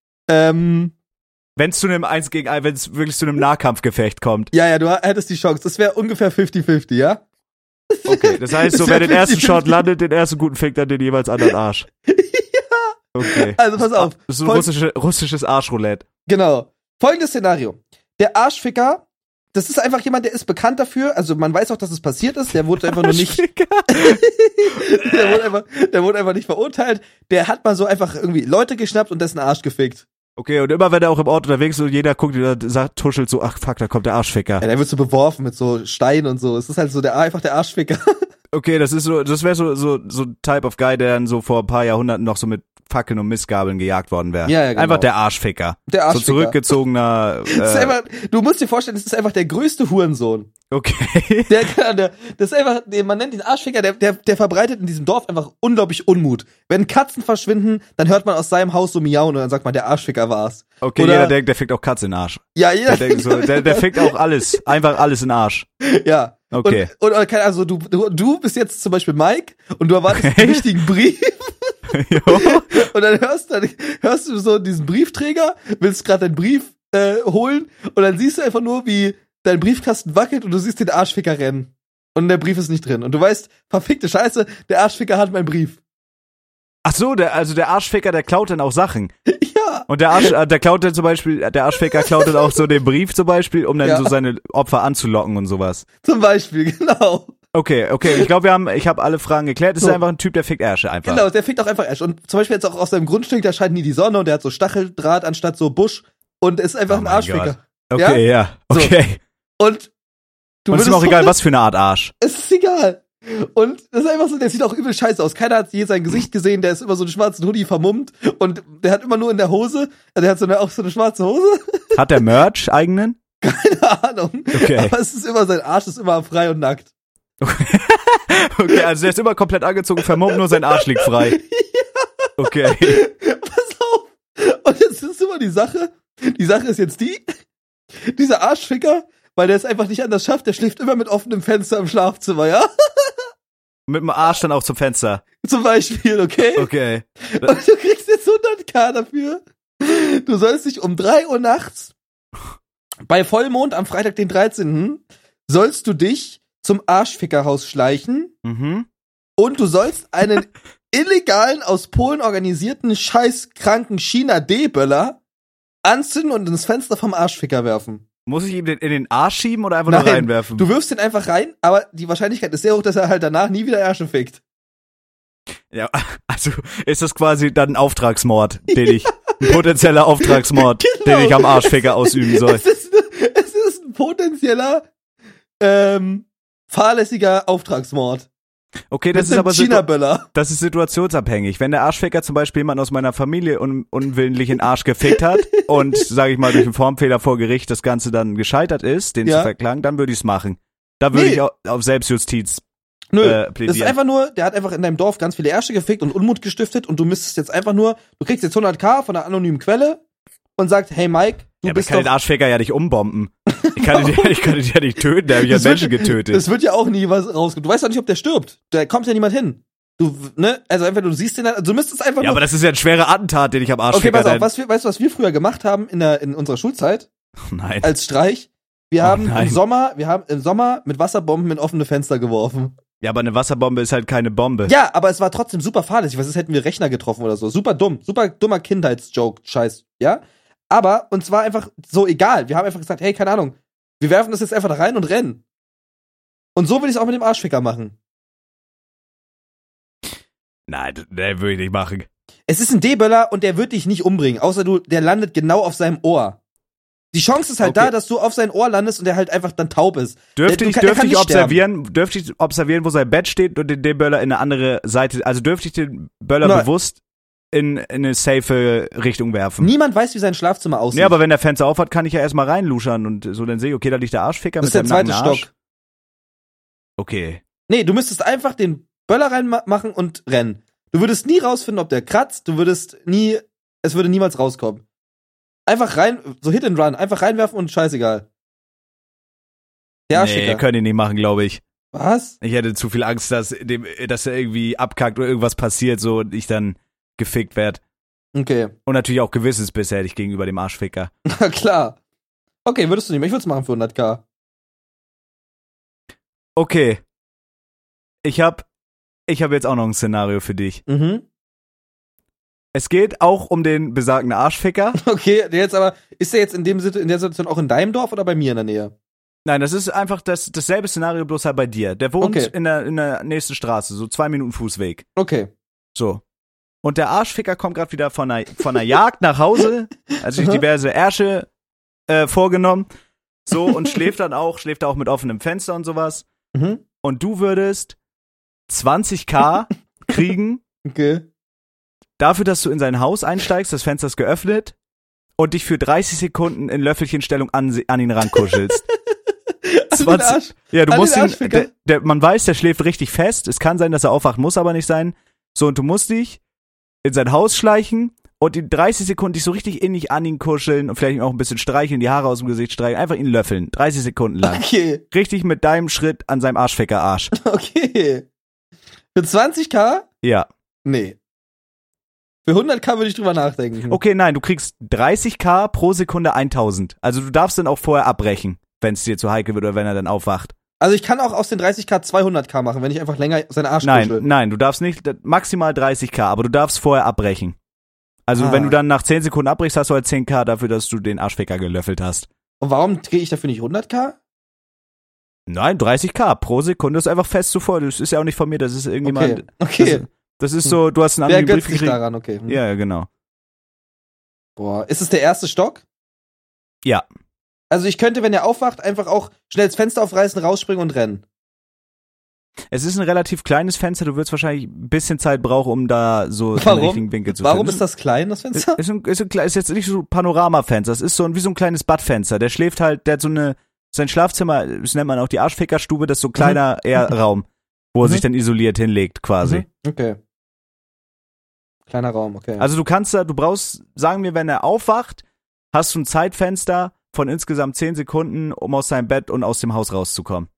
Wenn es zu einem 1 gegen 1, wenn es wirklich zu einem Nahkampfgefecht kommt. Ja, du hättest die Chance. Das wäre ungefähr 50-50, ja? Okay, das heißt, so wer den ersten Shot landet, den ersten guten fickt dann den jeweils anderen Arsch. Ja. Okay. Also pass auf. Das ist ein russisches Arschroulette. Genau. Folgendes Szenario. Der Arschficker, das ist einfach jemand, der ist bekannt dafür, also man weiß auch, dass es passiert ist, der wurde einfach nur nicht... der wurde einfach nicht verurteilt. Der hat mal so einfach irgendwie Leute geschnappt und dessen Arsch gefickt. Okay, und immer wenn er auch im Ort unterwegs ist und jeder guckt und sagt, tuschelt so, ach fuck, da kommt der Arschficker. Ja, der wird so beworfen mit so Steinen und so. Es ist halt so einfach der Arschficker. Okay, das wäre so Type of Guy, der dann so vor ein paar Jahrhunderten noch so mit Fackeln und Mistgabeln gejagt worden wäre. Ja, genau. Einfach der Arschficker. Der Arschficker. So zurückgezogener. Das ist einfach, du musst dir vorstellen, das ist einfach der größte Hurensohn. Okay. Das ist einfach, man nennt den Arschficker, der verbreitet in diesem Dorf einfach unglaublich Unmut. Wenn Katzen verschwinden, dann hört man aus seinem Haus so miauen und dann sagt man, der Arschficker war's. Okay, Oder, jeder denkt, der fickt auch Katze in den Arsch. Ja, jeder der denkt so, der fickt auch alles. Einfach alles in den Arsch. Ja. Okay. Und also du bist jetzt zum Beispiel Mike und du erwartest einen wichtigen Brief. Und dann hörst du so diesen Briefträger, willst gerade deinen Brief holen und dann siehst du einfach nur, wie dein Briefkasten wackelt und du siehst den Arschficker rennen. Und der Brief ist nicht drin. Und du weißt, verfickte Scheiße, der Arschficker hat meinen Brief. Ach so, der Arschficker, der klaut dann auch Sachen. Ja. Und der klaut dann zum Beispiel, der Arschficker klaut dann auch so den Brief zum Beispiel, um dann so seine Opfer anzulocken und sowas. Zum Beispiel, genau. Okay, ich glaube, ich habe alle Fragen geklärt. Das ist einfach ein Typ, der fickt Ärsche einfach. Genau, der fickt auch einfach Ärsche. Und zum Beispiel jetzt auch aus seinem Grundstück, da scheint nie die Sonne und der hat so Stacheldraht anstatt so Busch und ist einfach ein Arschficker. Gott. Okay, ja. Okay. So. Und es ist mir auch egal, was für eine Art Arsch. Es ist egal. Und das ist einfach so, der sieht auch übel scheiße aus. Keiner hat je sein Gesicht gesehen, der ist immer so einen schwarzen Hoodie vermummt und der hat immer nur in der Hose, der hat auch so eine schwarze Hose. Hat der Merch eigenen? Keine Ahnung. Okay. Aber es ist immer, sein Arsch ist immer frei und nackt. Okay, also der ist immer komplett angezogen, vermummt, nur sein Arsch liegt frei. Ja. Okay. Pass auf. Und jetzt ist immer die Sache ist jetzt dieser Arschficker, weil der es einfach nicht anders schafft, der schläft immer mit offenem Fenster im Schlafzimmer, ja? Mit dem Arsch dann auch zum Fenster. Zum Beispiel, okay? Okay. Und du kriegst jetzt 100.000 dafür. Du sollst dich um 3 Uhr nachts bei Vollmond am Freitag, den 13. sollst du dich zum Arschfickerhaus schleichen und du sollst einen illegalen, aus Polen organisierten, scheißkranken China-D-Böller anzünden und ins Fenster vom Arschficker werfen. Muss ich ihm den in den Arsch schieben oder einfach nur reinwerfen? Du wirfst den einfach rein, aber die Wahrscheinlichkeit ist sehr hoch, dass er halt danach nie wieder Ärsche fickt. Ja, also ist das quasi dann ein Auftragsmord, ein potenzieller Auftragsmord, den ich am Arschficker ausüben soll. Es ist ein potenzieller, fahrlässiger Auftragsmord. Okay, das ist aber China-Böller. Das ist situationsabhängig. Wenn der Arschficker zum Beispiel jemanden aus meiner Familie unwillentlich in den Arsch gefickt hat und, sage ich mal, durch einen Formfehler vor Gericht das Ganze dann gescheitert ist, den zu verklagen, dann würde ich es machen. Da würde ich auf Selbstjustiz plädieren. Das ist einfach nur, der hat einfach in deinem Dorf ganz viele Ärsche gefickt und Unmut gestiftet und du müsstest jetzt einfach nur, du kriegst jetzt 100.000 von einer anonymen Quelle und sagst, hey Mike, du bist doch... Ich kann den Arschficker ja nicht umbomben. Ich kann den ja nicht töten, der hat mich ja Menschen getötet. Das wird ja auch nie was rauskommen. Du weißt doch nicht, ob der stirbt. Da kommt ja niemand hin. Also entweder du siehst den, du müsstest einfach nur... Ja, aber das ist ja ein schwerer Attentat, den ich am Arschficker... Okay, pass auf, weißt du, was wir früher gemacht haben in unserer Schulzeit? Nein. Als Streich? Wir haben im Sommer mit Wasserbomben in offene Fenster geworfen. Ja, aber eine Wasserbombe ist halt keine Bombe. Ja, aber es war trotzdem super fahrlässig. Was ist, hätten wir Rechner getroffen oder so. Super dummer Kindheitsjoke, Scheiß, ja? Aber uns war einfach so egal. Wir haben einfach gesagt, hey, keine Ahnung, wir werfen das jetzt einfach da rein und rennen. Und so will ich es auch mit dem Arschficker machen. Nein, das würde ich nicht machen. Es ist ein D-Böller und der wird dich nicht umbringen, außer der landet genau auf seinem Ohr. Die Chance ist halt da, dass du auf sein Ohr landest und der halt einfach dann taub ist. Dürfte ich observieren, wo sein Bett steht und den Böller in eine andere Seite, also dürfte ich den Böller bewusst in eine safe Richtung werfen? Niemand weiß, wie sein Schlafzimmer aussieht. Nee, aber wenn der Fenster auf hat, kann ich ja erstmal reinluschern und so dann sehe ich, okay, da liegt der Arschficker mit seinem nackten Arsch. Das ist der zweite Stock. Okay. Nee, du müsstest einfach den Böller reinmachen und rennen. Du würdest nie rausfinden, ob der kratzt, es würde niemals rauskommen. Einfach rein, so Hit and Run, einfach reinwerfen und scheißegal. Der Arschficker. Nee, können die nicht machen, glaube ich. Was? Ich hätte zu viel Angst, dass er irgendwie abkackt oder irgendwas passiert, so und ich dann gefickt werde. Okay. Und natürlich auch Gewissensbiss hätte ich gegenüber dem Arschficker. Na klar. Okay, würdest du nicht mehr? Ich würde es machen für 100.000. Okay. Ich hab jetzt auch noch ein Szenario für dich. Es geht auch um den besagten Arschficker. Okay, ist der jetzt in der Situation auch in deinem Dorf oder bei mir in der Nähe? Nein, das ist einfach dasselbe Szenario, bloß halt bei dir. Der wohnt in der nächsten Straße, so 2 Minuten Fußweg. Okay. So. Und der Arschficker kommt gerade wieder von einer Jagd nach Hause, also sich diverse Ärsche vorgenommen. So, und schläft auch mit offenem Fenster und sowas. Und du würdest 20.000 kriegen Okay. dafür, dass du in sein Haus einsteigst, das Fenster ist geöffnet und dich für 30 Sekunden in Löffelchenstellung an ihn rankuschelst. Ja, du musst ihn, man weiß, der schläft richtig fest. Es kann sein, dass er aufwacht, muss aber nicht sein. So, und du musst dich in sein Haus schleichen und in 30 Sekunden dich so richtig innig an ihn kuscheln und vielleicht auch ein bisschen streicheln, die Haare aus dem Gesicht streichen, einfach ihn löffeln. 30 Sekunden lang. Okay. Richtig mit deinem Schritt an seinem Arschficker-Arsch. Okay. Für 20.000? Ja. Nee. Für 100.000 würde ich drüber nachdenken. Okay, nein, du kriegst 30.000 pro Sekunde 1.000. Also du darfst dann auch vorher abbrechen, wenn es dir zu heikel wird oder wenn er dann aufwacht. Also ich kann auch aus den 30.000 200.000 machen, wenn ich einfach länger seinen Arsch kuschel. Nein, du darfst nicht, maximal 30.000, aber du darfst vorher abbrechen. Also wenn du dann nach 10 Sekunden abbrichst, hast du halt 10.000 dafür, dass du den Arschficker gelöffelt hast. Und warum kriege ich dafür nicht 100.000? Nein, 30.000 pro Sekunde ist einfach fest zuvor. Das ist ja auch nicht von mir, das ist irgendjemand. Okay. Das ist so, du hast einen Wer anderen Brief götzt sich gekriegt. daran, okay. Ja, genau. Boah, ist es der erste Stock? Ja. Also ich könnte, wenn er aufwacht, einfach auch schnell das Fenster aufreißen, rausspringen und rennen. Es ist ein relativ kleines Fenster, du würdest wahrscheinlich ein bisschen Zeit brauchen, um da so den richtigen Winkel zu finden. Warum ist das klein, das Fenster? Ist jetzt nicht so ein Panoramafenster, es ist so wie so ein kleines Badfenster. Der schläft halt, der hat so sein Schlafzimmer, das nennt man auch die Arschfickerstube, das ist so ein kleiner Raum, wo er sich dann isoliert hinlegt quasi. Okay. Kleiner Raum, okay. Also du brauchst, sagen wir, wenn er aufwacht, hast du ein Zeitfenster von insgesamt 10 Sekunden, um aus seinem Bett und aus dem Haus rauszukommen.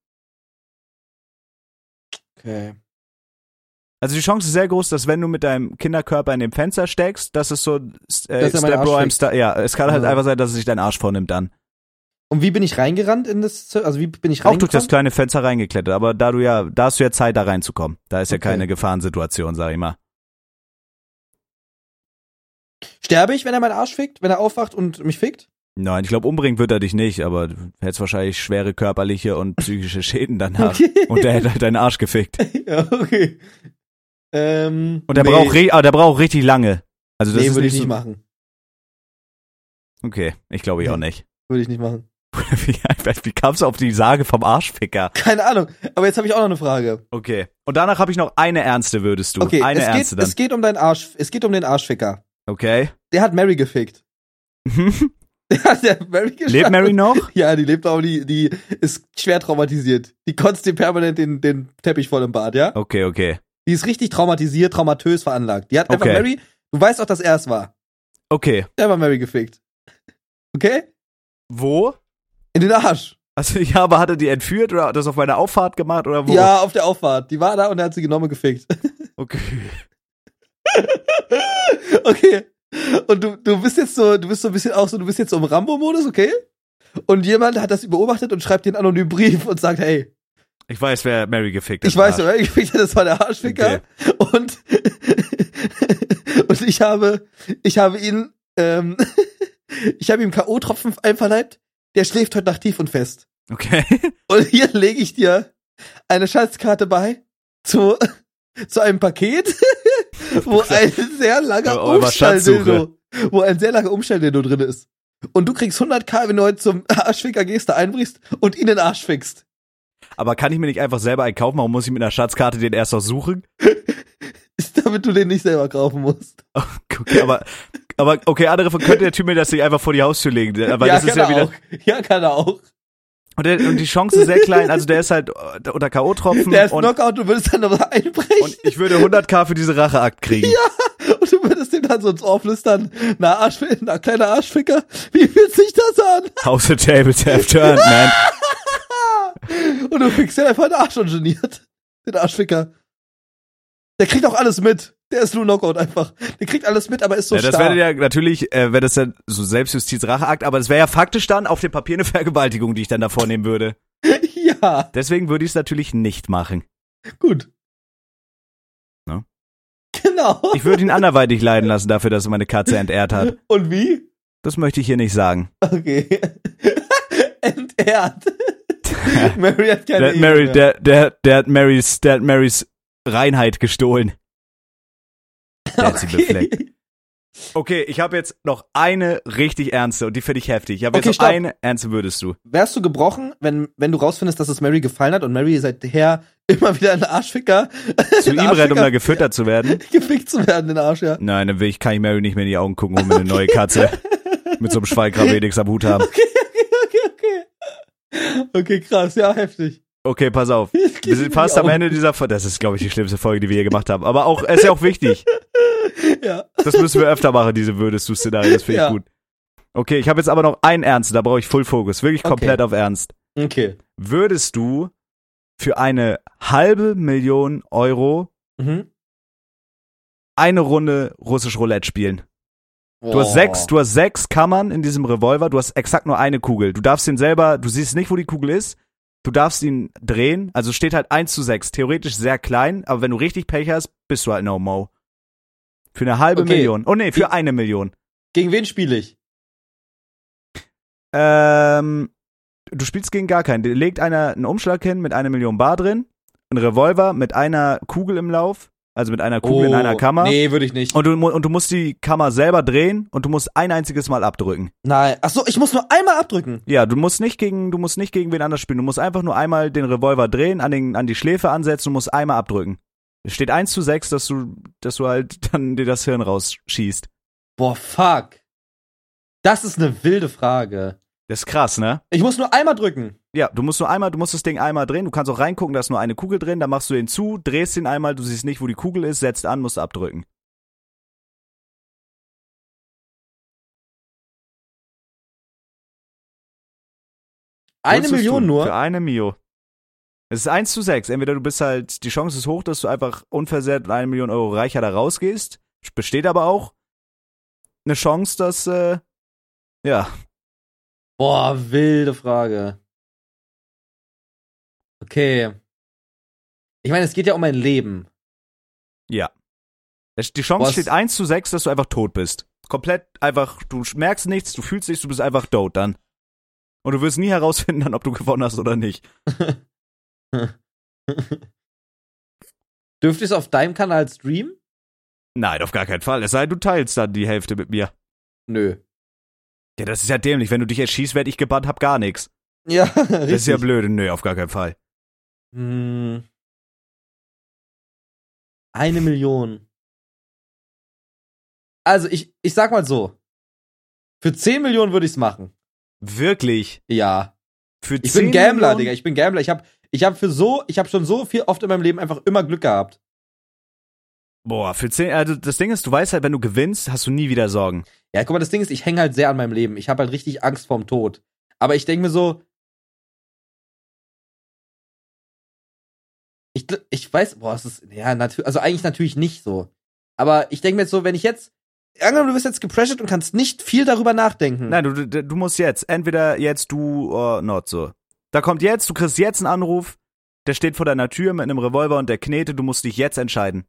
Okay. Also die Chance ist sehr groß, dass wenn du mit deinem Kinderkörper in dem Fenster steckst, dass es so es kann halt einfach sein, dass es sich dein Arsch vornimmt dann. Und wie bin ich reingerannt in das, also wie bin ich reingekommen? Auch durch das reingekommen? kleine Fenster reingeklettert, aber da hast du ja Zeit, da reinzukommen. Da ist ja keine Gefahrensituation, sag ich mal. Sterbe ich, wenn er meinen Arsch fickt, wenn er aufwacht und mich fickt? Nein, ich glaube, umbringen wird er dich nicht, aber du hättest wahrscheinlich schwere körperliche und psychische Schäden danach. Okay. Und der hätte halt deinen Arsch gefickt. Ja, okay. Und der braucht richtig lange. Also das ist würde ich nicht nicht machen. Okay, ich glaube auch nicht. Würde ich nicht machen. Wie kamst du auf die Sage vom Arschficker? Keine Ahnung, aber jetzt habe ich auch noch eine Frage. Okay. Und danach habe ich noch eine ernste, würdest du. Okay, eine ernste dann. Es geht um den Arschficker. Okay. Der hat Mary gefickt. Der hat Mary geschlagen. Lebt Mary noch? Ja, die lebt auch, die ist schwer traumatisiert. Die kotzt dir permanent den Teppich voll im Bad, ja? Okay. Die ist richtig traumatös veranlagt. Die hat einfach Mary, du weißt auch, dass er es war. Okay. Der war Mary gefickt. Okay? Wo? In den Arsch. Also ja, aber hat er die entführt oder hat das auf meiner Auffahrt gemacht oder wo? Ja, auf der Auffahrt. Die war da und er hat sie genommen gefickt. Okay. Okay. Und du bist jetzt so ein bisschen auch so, du bist jetzt so im Rambo-Modus, okay? Und jemand hat das beobachtet und schreibt dir einen anonymen Brief und sagt, hey. Ich weiß, wer Mary gefickt hat. Ich weiß, wer Mary gefickt hat, das war der Arschficker. Okay. Und ich habe ihm K.O.-Tropfen einverleibt. Der schläft heute Nacht tief und fest. Okay. Und hier lege ich dir eine Schatzkarte bei zu einem Paket, wo ein sehr langer Umstelldildo drin ist. Und du kriegst 100.000, wenn du heute zum Arschficker gehst, da einbrichst und ihn den Arsch fickst. Aber kann ich mir nicht einfach selber einen kaufen? Warum muss ich mit einer Schatzkarte den erst noch suchen? Damit du den nicht selber kaufen musst. Okay, aber okay, andere könnte der Typ mir das nicht einfach vor die Haustür legen. Aber ja, das ist ja wieder. Auch. Ja, kann er auch. Und die Chance ist sehr klein, also der ist halt unter K.O.-Tropfen. Der ist Knockout, du würdest dann noch einbrechen. Und ich würde 100.000 für diese Racheakt kriegen. Ja, und du würdest dem dann so ins Ohr flüstern, na kleiner Arschficker, wie fühlt sich das an? How the tables have turned, man. Und du fickst ja einfach den Arsch ungeniert. Den Arschficker. Der kriegt auch alles mit. Der ist nur Knockout einfach. Der kriegt alles mit, aber ist so stark. Das wäre ja natürlich, wäre das dann so Selbstjustiz-Racheakt, aber das wäre ja faktisch dann auf dem Papier eine Vergewaltigung, die ich dann da vornehmen würde. Ja. Deswegen würde ich es natürlich nicht machen. Gut. No? Genau. Ich würde ihn anderweitig leiden lassen dafür, dass er meine Katze entehrt hat. Und wie? Das möchte ich hier nicht sagen. Okay. Entehrt. Mary hat keine Ehe mehr. Der hat Marys Reinheit gestohlen. Der hat sie befleckt. Okay, ich habe jetzt noch eine richtig ernste und die finde ich heftig. Ich habe jetzt noch eine ernste, würdest du. Wärst du gebrochen, wenn du rausfindest, dass es Mary gefallen hat und Mary seither Immer wieder ein Arschficker. Zu ihm rennen, um da gefüttert zu werden? Gefickt zu werden, den Arsch, ja. Nein, dann kann ich Mary nicht mehr in die Augen gucken, um eine neue Katze mit so einem Schweinkram wenigstens am Hut haben. Okay, krass, ja, heftig. Okay, pass auf. Wir sind fast am Ende dieser Folge. Das ist, glaube ich, die schlimmste Folge, die wir hier gemacht haben. Aber auch, ist ja auch wichtig. Ja. Das müssen wir öfter machen, diese Würdest-du-Szenario. Das finde ich gut. Okay, ich habe jetzt aber noch einen Ernst. Da brauche ich Full Focus. Wirklich komplett auf Ernst. Okay. Würdest du für eine 500.000 Euro eine Runde russisch Roulette spielen? Du hast 6 Kammern in diesem Revolver, du hast exakt nur eine Kugel. Du darfst ihn selber, du siehst nicht, wo die Kugel ist, du darfst ihn drehen, also steht halt 1:6, theoretisch sehr klein, aber wenn du richtig Pech hast, bist du halt No-Mo. Für eine 500.000. Oh nee, für 1 Million. Gegen wen spiele ich? Du spielst gegen gar keinen. Da legt einer einen Umschlag hin mit 1 Million Bar drin, ein Revolver mit einer Kugel im Lauf, also mit einer Kugel in einer Kammer. Nee, würde ich nicht. Und du musst die Kammer selber drehen und du musst ein einziges Mal abdrücken. Nein. Ach so, ich muss nur einmal abdrücken. Ja, du musst nicht gegen wen anders spielen. Du musst einfach nur einmal den Revolver drehen, an die Schläfe ansetzen und musst einmal abdrücken. Es steht 1:6, dass du halt dann dir das Hirn rausschießt. Boah, fuck. Das ist eine wilde Frage. Das ist krass, ne? Ich muss nur einmal drücken. Ja, du musst das Ding einmal drehen. Du kannst auch reingucken, da ist nur eine Kugel drin. Dann machst du den zu, drehst ihn einmal, du siehst nicht, wo die Kugel ist, setzt an, musst abdrücken. Eine Million nur? Für 1 Mio. Es ist 1:6. Entweder du bist halt, die Chance ist hoch, dass du einfach unversehrt und 1 Million Euro reicher da rausgehst. Besteht aber auch eine Chance, dass, ja. Boah, wilde Frage. Okay. Ich meine, es geht ja um mein Leben. Ja. Die Chance steht 1:6, dass du einfach tot bist. Komplett einfach, du merkst nichts, du fühlst nichts, du bist einfach tot dann. Und du wirst nie herausfinden, dann, ob du gewonnen hast oder nicht. Dürfte ich es auf deinem Kanal streamen? Nein, auf gar keinen Fall. Es sei denn, du teilst dann die Hälfte mit mir. Nö. Ja, das ist ja dämlich. Wenn du dich erschießt, werde ich gebannt, hab gar nichts. Ja, richtig. Das ist ja blöd. Nö, auf gar keinen Fall. 1 Million. Also, ich sag mal so. Für 10 Millionen würde ich's machen. Wirklich? Ja. Für 10 Ich bin Gambler, Millionen? Digga. Ich bin Gambler. Ich hab schon so viel oft in meinem Leben einfach immer Glück gehabt. Boah, für 10, also das Ding ist, du weißt halt, wenn du gewinnst, hast du nie wieder Sorgen. Ja, guck mal, das Ding ist, ich hänge halt sehr an meinem Leben. Ich habe halt richtig Angst vorm Tod. Aber ich denke mir so, ich weiß, boah, es ist, ja, also eigentlich natürlich nicht so. Aber ich denke mir jetzt so, wenn ich jetzt, angenommen, du bist jetzt gepressured und kannst nicht viel darüber nachdenken. Nein, du musst jetzt, entweder jetzt du or not so. Da kommt jetzt, du kriegst jetzt einen Anruf, der steht vor deiner Tür mit einem Revolver und der Knete, du musst dich jetzt entscheiden.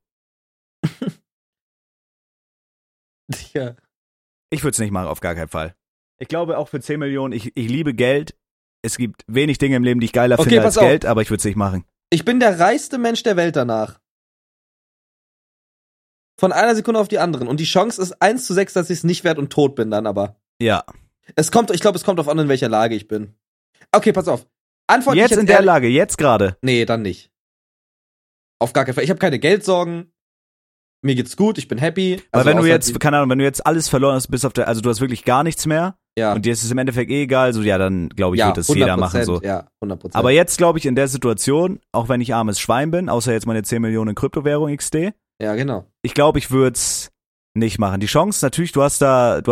Ja. Ich würde es nicht machen, auf gar keinen Fall. Ich glaube auch für 10 Millionen, ich liebe Geld. Es gibt wenig Dinge im Leben, die ich geiler finde als Geld, aber ich würde es nicht machen. Ich bin der reichste Mensch der Welt danach. Von einer Sekunde auf die anderen. Und die Chance ist 1:6, dass ich es nicht werde und tot bin dann aber. Ja. Ich glaube, es kommt auf an, in welcher Lage ich bin. Okay, pass auf. Antwort jetzt in der Lage, jetzt gerade. Nee, dann nicht. Auf gar keinen Fall. Ich habe keine Geldsorgen. Mir geht's gut, ich bin happy. Weil wenn du jetzt, keine Ahnung, wenn du jetzt alles verloren hast, also du hast wirklich gar nichts mehr. Ja. Und dir ist es im Endeffekt egal, so ja, dann glaube ich, wird das jeder machen so. Ja, 100%. Aber jetzt glaube ich in der Situation, auch wenn ich armes Schwein bin, außer jetzt meine 10 Millionen Kryptowährung XD. Ja, genau. Ich glaube, ich würde es nicht machen. Die Chance natürlich, du hast da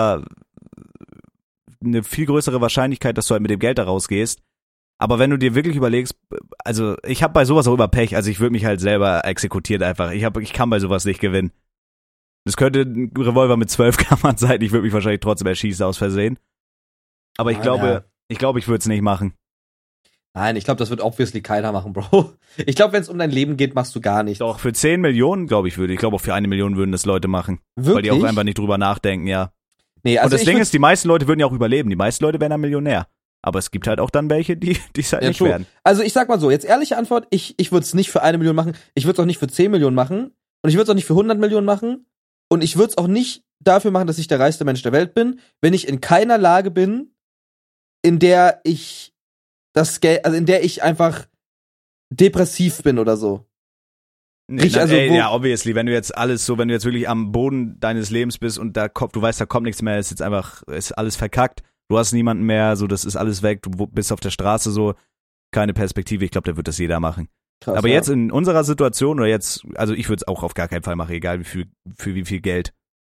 eine viel größere Wahrscheinlichkeit, dass du halt mit dem Geld da rausgehst. Aber wenn du dir wirklich überlegst, also ich habe bei sowas auch immer Pech, also ich würde mich halt selber exekutieren einfach. Ich kann bei sowas nicht gewinnen. Das könnte ein Revolver mit 12 Kammern sein, ich würde mich wahrscheinlich trotzdem erschießen aus Versehen. Aber ich glaube, ich würde es nicht machen. Nein, ich glaube, das wird obviously keiner machen, Bro. Ich glaube, wenn es um dein Leben geht, machst du gar nichts. Doch, für 10 Millionen, glaube ich, Ich glaube, auch für 1 Million würden das Leute machen. Wirklich? Weil die auch einfach nicht drüber nachdenken, ja. Nee, also und das Ding ist, die meisten Leute würden ja auch überleben. Die meisten Leute wären dann Millionär. Aber es gibt halt auch dann welche, die es halt nicht werden. Also ich sag mal so, jetzt ehrliche Antwort, ich würde es nicht für 1 Million machen. Ich würde es auch nicht für 10 Millionen machen. Und ich würde es auch nicht für 100 Millionen machen. Und ich würde es auch nicht dafür machen, dass ich der reichste Mensch der Welt bin, wenn ich in keiner Lage bin, in der ich das Geld, also in der ich einfach depressiv bin oder so. Nee, Richtig, also ja, obviously, wenn du jetzt wirklich am Boden deines Lebens bist und du weißt, da kommt nichts mehr, ist alles verkackt, du hast niemanden mehr, so, das ist alles weg, du bist auf der Straße, so, keine Perspektive, ich glaube, da wird das jeder machen. Krass, Aber ja. jetzt in unserer Situation oder jetzt, also ich würde es auch auf gar keinen Fall machen, egal für wie viel Geld.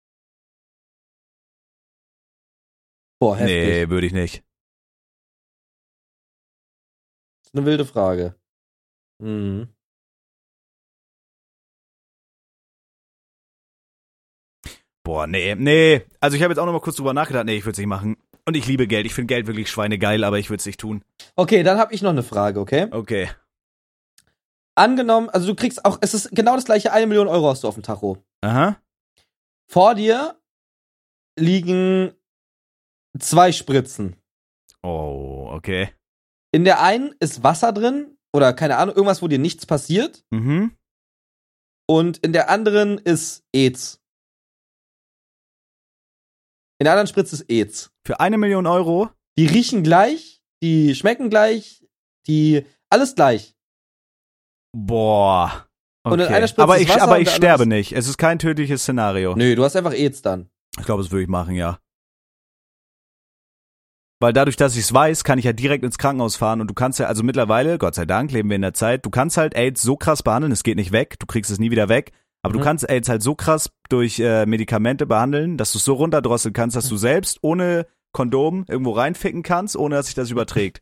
Boah, heftig. Nee, würde ich nicht. Das ist eine wilde Frage. Mhm. Boah, nee. Also ich habe jetzt auch noch mal kurz drüber nachgedacht, nee, ich würde es nicht machen. Und ich liebe Geld, ich finde Geld wirklich schweinegeil, aber ich würde es nicht tun. Okay, dann habe ich noch eine Frage, okay? Okay. Angenommen, also du kriegst auch, es ist genau das gleiche, 1 Million Euro hast du auf dem Tacho. Aha. Vor dir liegen 2 Spritzen. Oh, okay. In der einen ist Wasser drin oder keine Ahnung, irgendwas, wo dir nichts passiert. Mhm. Und in der anderen ist AIDS. In der anderen Spritze ist AIDS. Für 1 Million Euro? Die riechen gleich, die schmecken gleich, alles gleich. Boah. Okay. Und in einer Spritze aber ist ich, Wasser aber und ich der sterbe andere nicht. Es ist kein tödliches Szenario. Nö, du hast einfach AIDS dann. Ich glaube, das würde ich machen, ja. Weil dadurch, dass ich es weiß, kann ich ja direkt ins Krankenhaus fahren und du kannst ja, also mittlerweile, Gott sei Dank, leben wir in der Zeit, du kannst halt AIDS so krass behandeln, es geht nicht weg, du kriegst es nie wieder weg, aber du kannst AIDS halt so krass durch Medikamente behandeln, dass du es so runterdrosseln kannst, dass du selbst ohne Kondom irgendwo reinficken kannst, ohne dass sich das überträgt.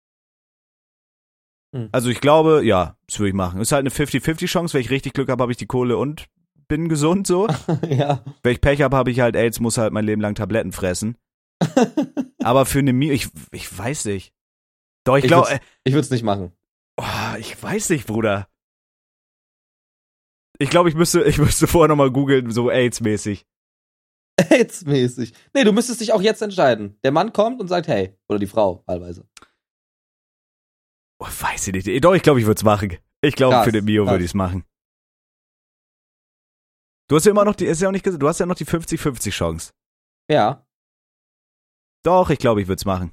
Also ich glaube, ja, das würde ich machen. Ist halt eine 50-50 Chance, wenn ich richtig Glück habe, habe ich die Kohle und bin gesund so. Ja. Wenn ich Pech habe, habe ich halt AIDS, muss halt mein Leben lang Tabletten fressen. Aber für eine ich weiß nicht. Doch, ich glaube. Ich würde es nicht machen. Oh, ich weiß nicht, Bruder. Ich glaube, ich müsste vorher nochmal googeln, so AIDS-mäßig. AIDS-mäßig. Nee, du müsstest dich auch jetzt entscheiden. Der Mann kommt und sagt, hey. Oder die Frau, teilweise. Oh, weiß ich nicht. Doch, ich glaube, ich würde es machen. Ich glaube, für den Mio würde ich es machen. Du hast ja immer noch du hast ja noch die 50-50 Chance. Ja. Doch, ich glaube, ich würde es machen.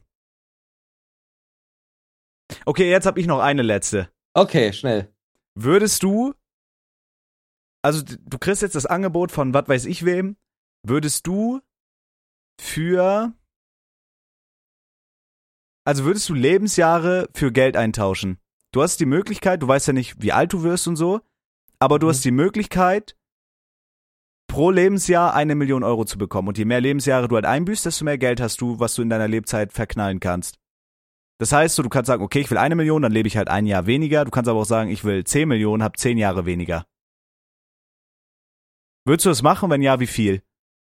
Okay, jetzt habe ich noch eine letzte. Okay, schnell. Würdest du, also du kriegst jetzt das Angebot von was weiß ich wem, würdest du Lebensjahre für Geld eintauschen? Du hast die Möglichkeit, du weißt ja nicht, wie alt du wirst und so, aber du hast die Möglichkeit, pro Lebensjahr 1 Million Euro zu bekommen. Und je mehr Lebensjahre du halt einbüßt, desto mehr Geld hast du, was du in deiner Lebzeit verknallen kannst. Das heißt, du kannst sagen, okay, ich will 1 Million, dann lebe ich halt 1 Jahr weniger. Du kannst aber auch sagen, ich will 10 Millionen, hab 10 Jahre weniger. Würdest du das machen? Wenn ja, wie viel?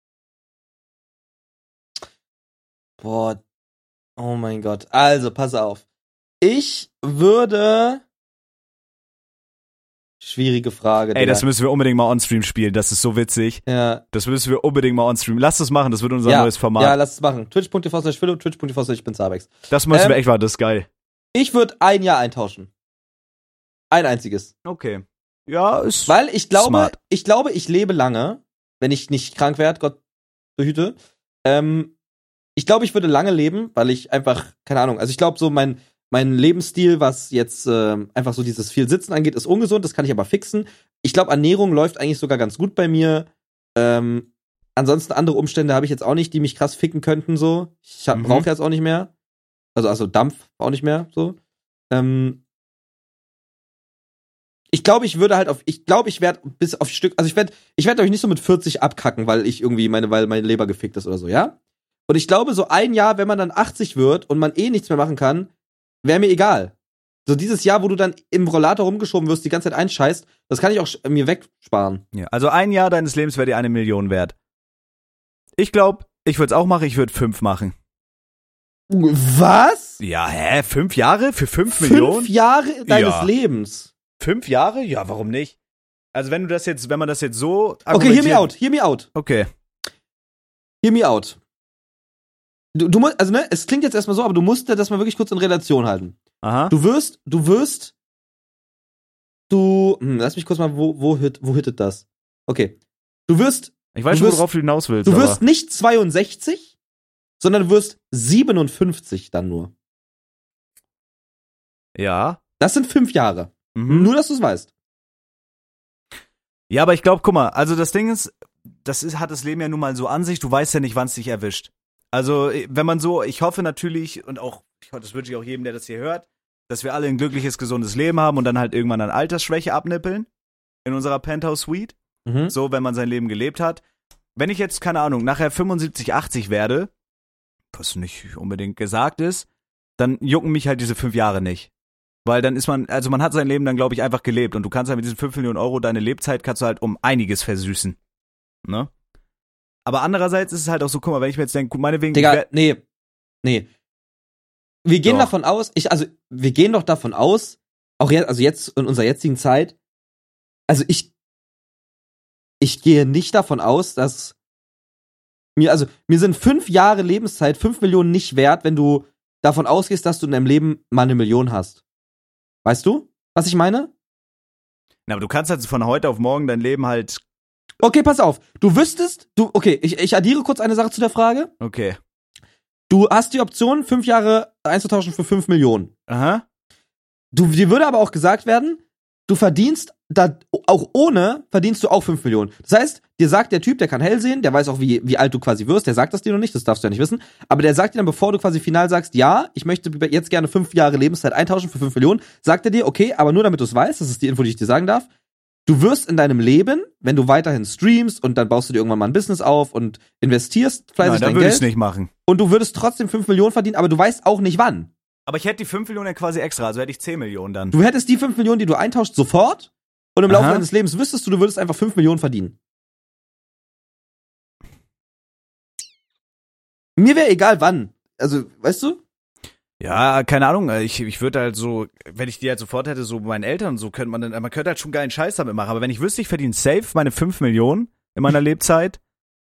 Boah. Oh mein Gott. Also, pass auf. Ich würde... Schwierige Frage. Ey, das müssen wir unbedingt mal on-stream spielen. Das ist so witzig. Ja. Das müssen wir unbedingt mal on-stream. Lass das machen, das wird unser neues Format. Ja, lass es machen. Twitch.tv/Philipp, Twitch.tv/ich-bin-Zabex. Das müssen wir echt machen, das ist geil. Ich würde 1 Jahr eintauschen. Ein einziges. Okay. Ja, ist Weil ich glaube, smart. ich lebe lange, wenn ich nicht krank werde, Gott behüte. Ich glaube, ich würde lange leben, weil ich einfach, keine Ahnung, also ich glaube so mein Lebensstil, was jetzt einfach so dieses viel Sitzen angeht, ist ungesund, das kann ich aber fixen. Ich glaube, Ernährung läuft eigentlich sogar ganz gut bei mir. Ansonsten andere Umstände habe ich jetzt auch nicht, die mich krass ficken könnten, so. Ich brauche jetzt auch nicht mehr. Also Dampf auch nicht mehr, so. Ich glaube, ich werde bis auf Stück, also ich werde euch nicht so mit 40 abkacken, weil meine Leber gefickt ist oder so, ja? Und ich glaube, so 1 Jahr, wenn man dann 80 wird und man nichts mehr machen kann, wäre mir egal. So dieses Jahr, wo du dann im Rollator rumgeschoben wirst, die ganze Zeit einscheißt, das kann ich auch mir wegsparen. Ja, also 1 Jahr deines Lebens wäre dir 1 Million wert. Ich glaube, ich würde es auch machen, ich würde 5 machen. Was? Ja, 5 Jahre für 5 Millionen? 5 Jahre deines Lebens. 5 Jahre? Ja, warum nicht? Also wenn man das jetzt so Okay, hear me out. Okay. Hear me out. Du musst, also ne, es klingt jetzt erstmal so, aber du musst das mal wirklich kurz in Relation halten. Aha. Lass mich kurz mal, wo hittet das? Okay. Ich weiß schon, worauf du hinaus willst. Du wirst nicht 62, sondern du wirst 57 dann nur. Ja. Das sind 5 Jahre. Nur, dass du es weißt. Ja, aber ich glaube, guck mal, also das Ding ist, hat das Leben ja nun mal so an sich, du weißt ja nicht, wann es dich erwischt. Also, wenn man so, ich hoffe natürlich, und auch, das wünsche ich auch jedem, der das hier hört, dass wir alle ein glückliches, gesundes Leben haben und dann halt irgendwann an Altersschwäche abnippeln in unserer Penthouse-Suite. So, wenn man sein Leben gelebt hat. Wenn ich jetzt, keine Ahnung, nachher 75, 80 werde, was nicht unbedingt gesagt ist, dann jucken mich halt diese 5 Jahre nicht. Weil dann ist man hat sein Leben dann, glaube ich, einfach gelebt und du kannst halt mit diesen 5 Millionen Euro deine Lebzeit kannst du halt um einiges versüßen. Ne? Aber andererseits ist es halt auch so, guck mal, wenn ich mir jetzt denke, meinetwegen... Digga, nee. Wir gehen davon aus, wir gehen doch davon aus, auch jetzt in unserer jetzigen Zeit, also ich gehe nicht davon aus, dass mir sind 5 Jahre Lebenszeit, 5 Millionen nicht wert, wenn du davon ausgehst, dass du in deinem Leben mal 1 Million hast. Weißt du, was ich meine? Na, aber du kannst halt von heute auf morgen dein Leben halt... Okay, pass auf. Ich addiere kurz eine Sache zu der Frage. Okay. Du hast die Option, 5 Jahre einzutauschen für 5 Millionen. Aha. Dir würde aber auch gesagt werden, du verdienst verdienst du auch 5 Millionen. Das heißt, dir sagt der Typ, der kann hell sehen, der weiß auch, wie alt du quasi wirst, der sagt das dir noch nicht, das darfst du ja nicht wissen, aber der sagt dir dann, bevor du quasi final sagst, ja, ich möchte jetzt gerne 5 Jahre Lebenszeit eintauschen für 5 Millionen, sagt er dir, okay, aber nur damit du es weißt, das ist die Info, die ich dir sagen darf, du wirst in deinem Leben, wenn du weiterhin streamst und dann baust du dir irgendwann mal ein Business auf und investierst fleißig dein Geld. Dann würde ich es nicht machen. Und du würdest trotzdem 5 Millionen verdienen, aber du weißt auch nicht wann. Aber ich hätte die 5 Millionen ja quasi extra, also hätte ich 10 Millionen dann. Du hättest die 5 Millionen, die du eintauschst, sofort und im Laufe deines Lebens wüsstest du würdest einfach 5 Millionen verdienen. Mir wäre egal wann. Also, weißt du? Ja, keine Ahnung, ich würde halt so, wenn ich die halt sofort hätte, so meinen Eltern, so könnte man könnte halt schon geilen Scheiß damit machen, aber wenn ich wüsste, ich verdiene safe meine 5 Millionen in meiner Lebzeit.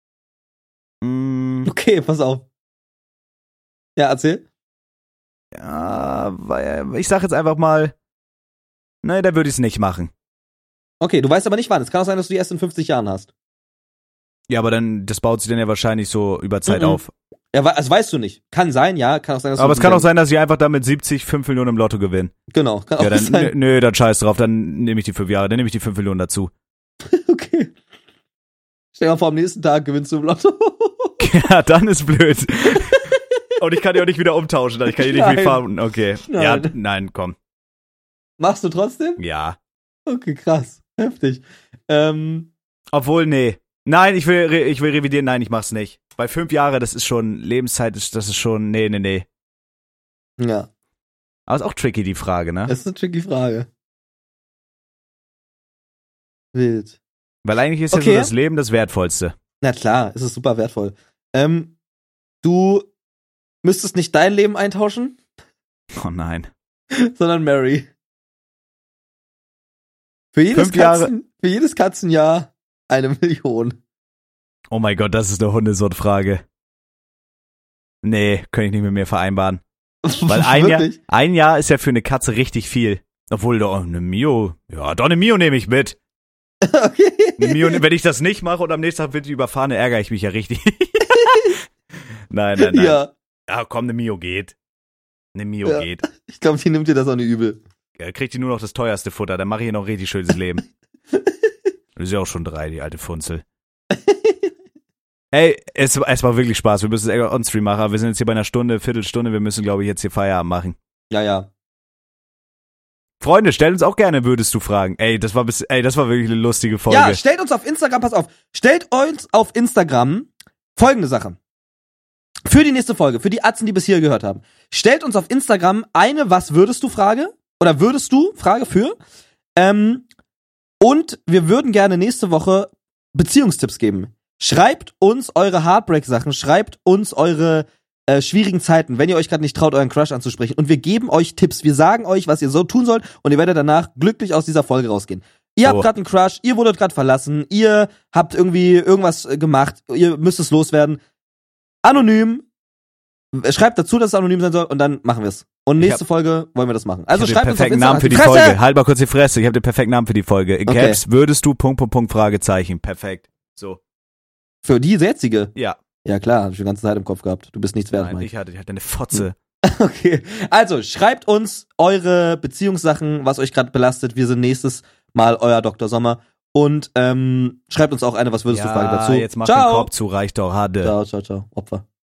Okay, pass auf. Ja, erzähl. Ja, weil ich sag jetzt einfach mal, nein, da würde ich es nicht machen. Okay, du weißt aber nicht wann. Es kann auch sein, dass du die erst in 50 Jahren hast. Ja, aber das baut sich dann ja wahrscheinlich so über Zeit auf. Ja, also weißt du nicht. Kann sein, ja. Kann auch sein, dass aber es kann auch sein, dass ich einfach damit 70, 5 Millionen im Lotto gewinne. Genau, kann auch sein. Nö, dann scheiß drauf, dann nehme ich die 5 Jahre, dann nehme ich die 5 Millionen dazu. Okay. Stell dir mal vor, am nächsten Tag gewinnst du im Lotto. Ja, dann ist blöd. Und ich kann die auch nicht wieder umtauschen, ich kann die nicht mehr fahren. Okay. Nein. Ja, nein, komm. Machst du trotzdem? Ja. Okay, krass. Heftig. Obwohl, nee. Nein, ich will revidieren, nein, ich mach's nicht. Bei 5 Jahre, das ist schon, Lebenszeit, das ist schon, nee. Ja. Aber ist auch tricky, die Frage, ne? Das ist eine tricky Frage. Wild. Weil eigentlich ist ja so das Leben das Wertvollste. Na klar, es ist super wertvoll. Du müsstest nicht dein Leben eintauschen? Oh nein. Sondern Mary. Für jedes Katzenjahr 1 Million. Oh mein Gott, das ist eine Hundesortfrage. Nee, kann ich nicht mit mir vereinbaren. Weil ein Jahr ist ja für eine Katze richtig viel. Obwohl, doch, eine Mio. Ja, doch, eine Mio nehme ich mit. Okay. Eine Mio, wenn ich das nicht mache und am nächsten Tag wird die überfahren, ärgere ich mich ja richtig. Nein. Ja. Ja, komm, eine Mio geht. Eine Mio geht. Ich glaube, die nimmt dir das auch nicht übel. Ja, kriegt die nur noch das teuerste Futter, dann mache ich ihr noch richtig schönes Leben. Das ist ja auch schon 3, die alte Funzel. Ey, es war wirklich Spaß. Wir müssen es eher on-stream machen, aber wir sind jetzt hier bei einer Viertelstunde. Wir müssen, glaube ich, jetzt hier Feierabend machen. Ja. Freunde, stellt uns auch gerne, würdest du fragen. Ey, das war wirklich eine lustige Folge. Ja, stellt uns auf Instagram, pass auf. Stellt uns auf Instagram folgende Sache. Für die nächste Folge, für die Atzen, die bis hier gehört haben. Stellt uns auf Instagram eine Was würdest du Frage oder würdest du Frage für. Und wir würden gerne nächste Woche Beziehungstipps geben. Schreibt uns eure Heartbreak-Sachen, schreibt uns eure schwierigen Zeiten, wenn ihr euch gerade nicht traut, euren Crush anzusprechen. Und wir geben euch Tipps. Wir sagen euch, was ihr so tun sollt und ihr werdet danach glücklich aus dieser Folge rausgehen. Ihr habt gerade einen Crush, ihr wurdet gerade verlassen, ihr habt irgendwie irgendwas gemacht, ihr müsst es loswerden. Anonym. Schreibt dazu, dass es anonym sein soll und dann machen wir es. Und nächste Folge wollen wir das machen. Also schreibt uns auf Instagram. Namen für die Folge. Halt mal kurz die Fresse. Ich habe den perfekten Namen für die Folge. In Caps würdest du ... Fragezeichen. Perfekt. So. Für die jetzige? Ja. Ja klar, hab ich die ganze Zeit im Kopf gehabt. Du bist nichts wert, Nein, ich hatte eine Fotze. Okay, also schreibt uns eure Beziehungssachen, was euch gerade belastet. Wir sind nächstes Mal euer Dr. Sommer. Und schreibt uns auch eine, was würdest du fragen dazu. Jetzt mach den Korb zu, reicht doch, Hade. Ciao, Opfer.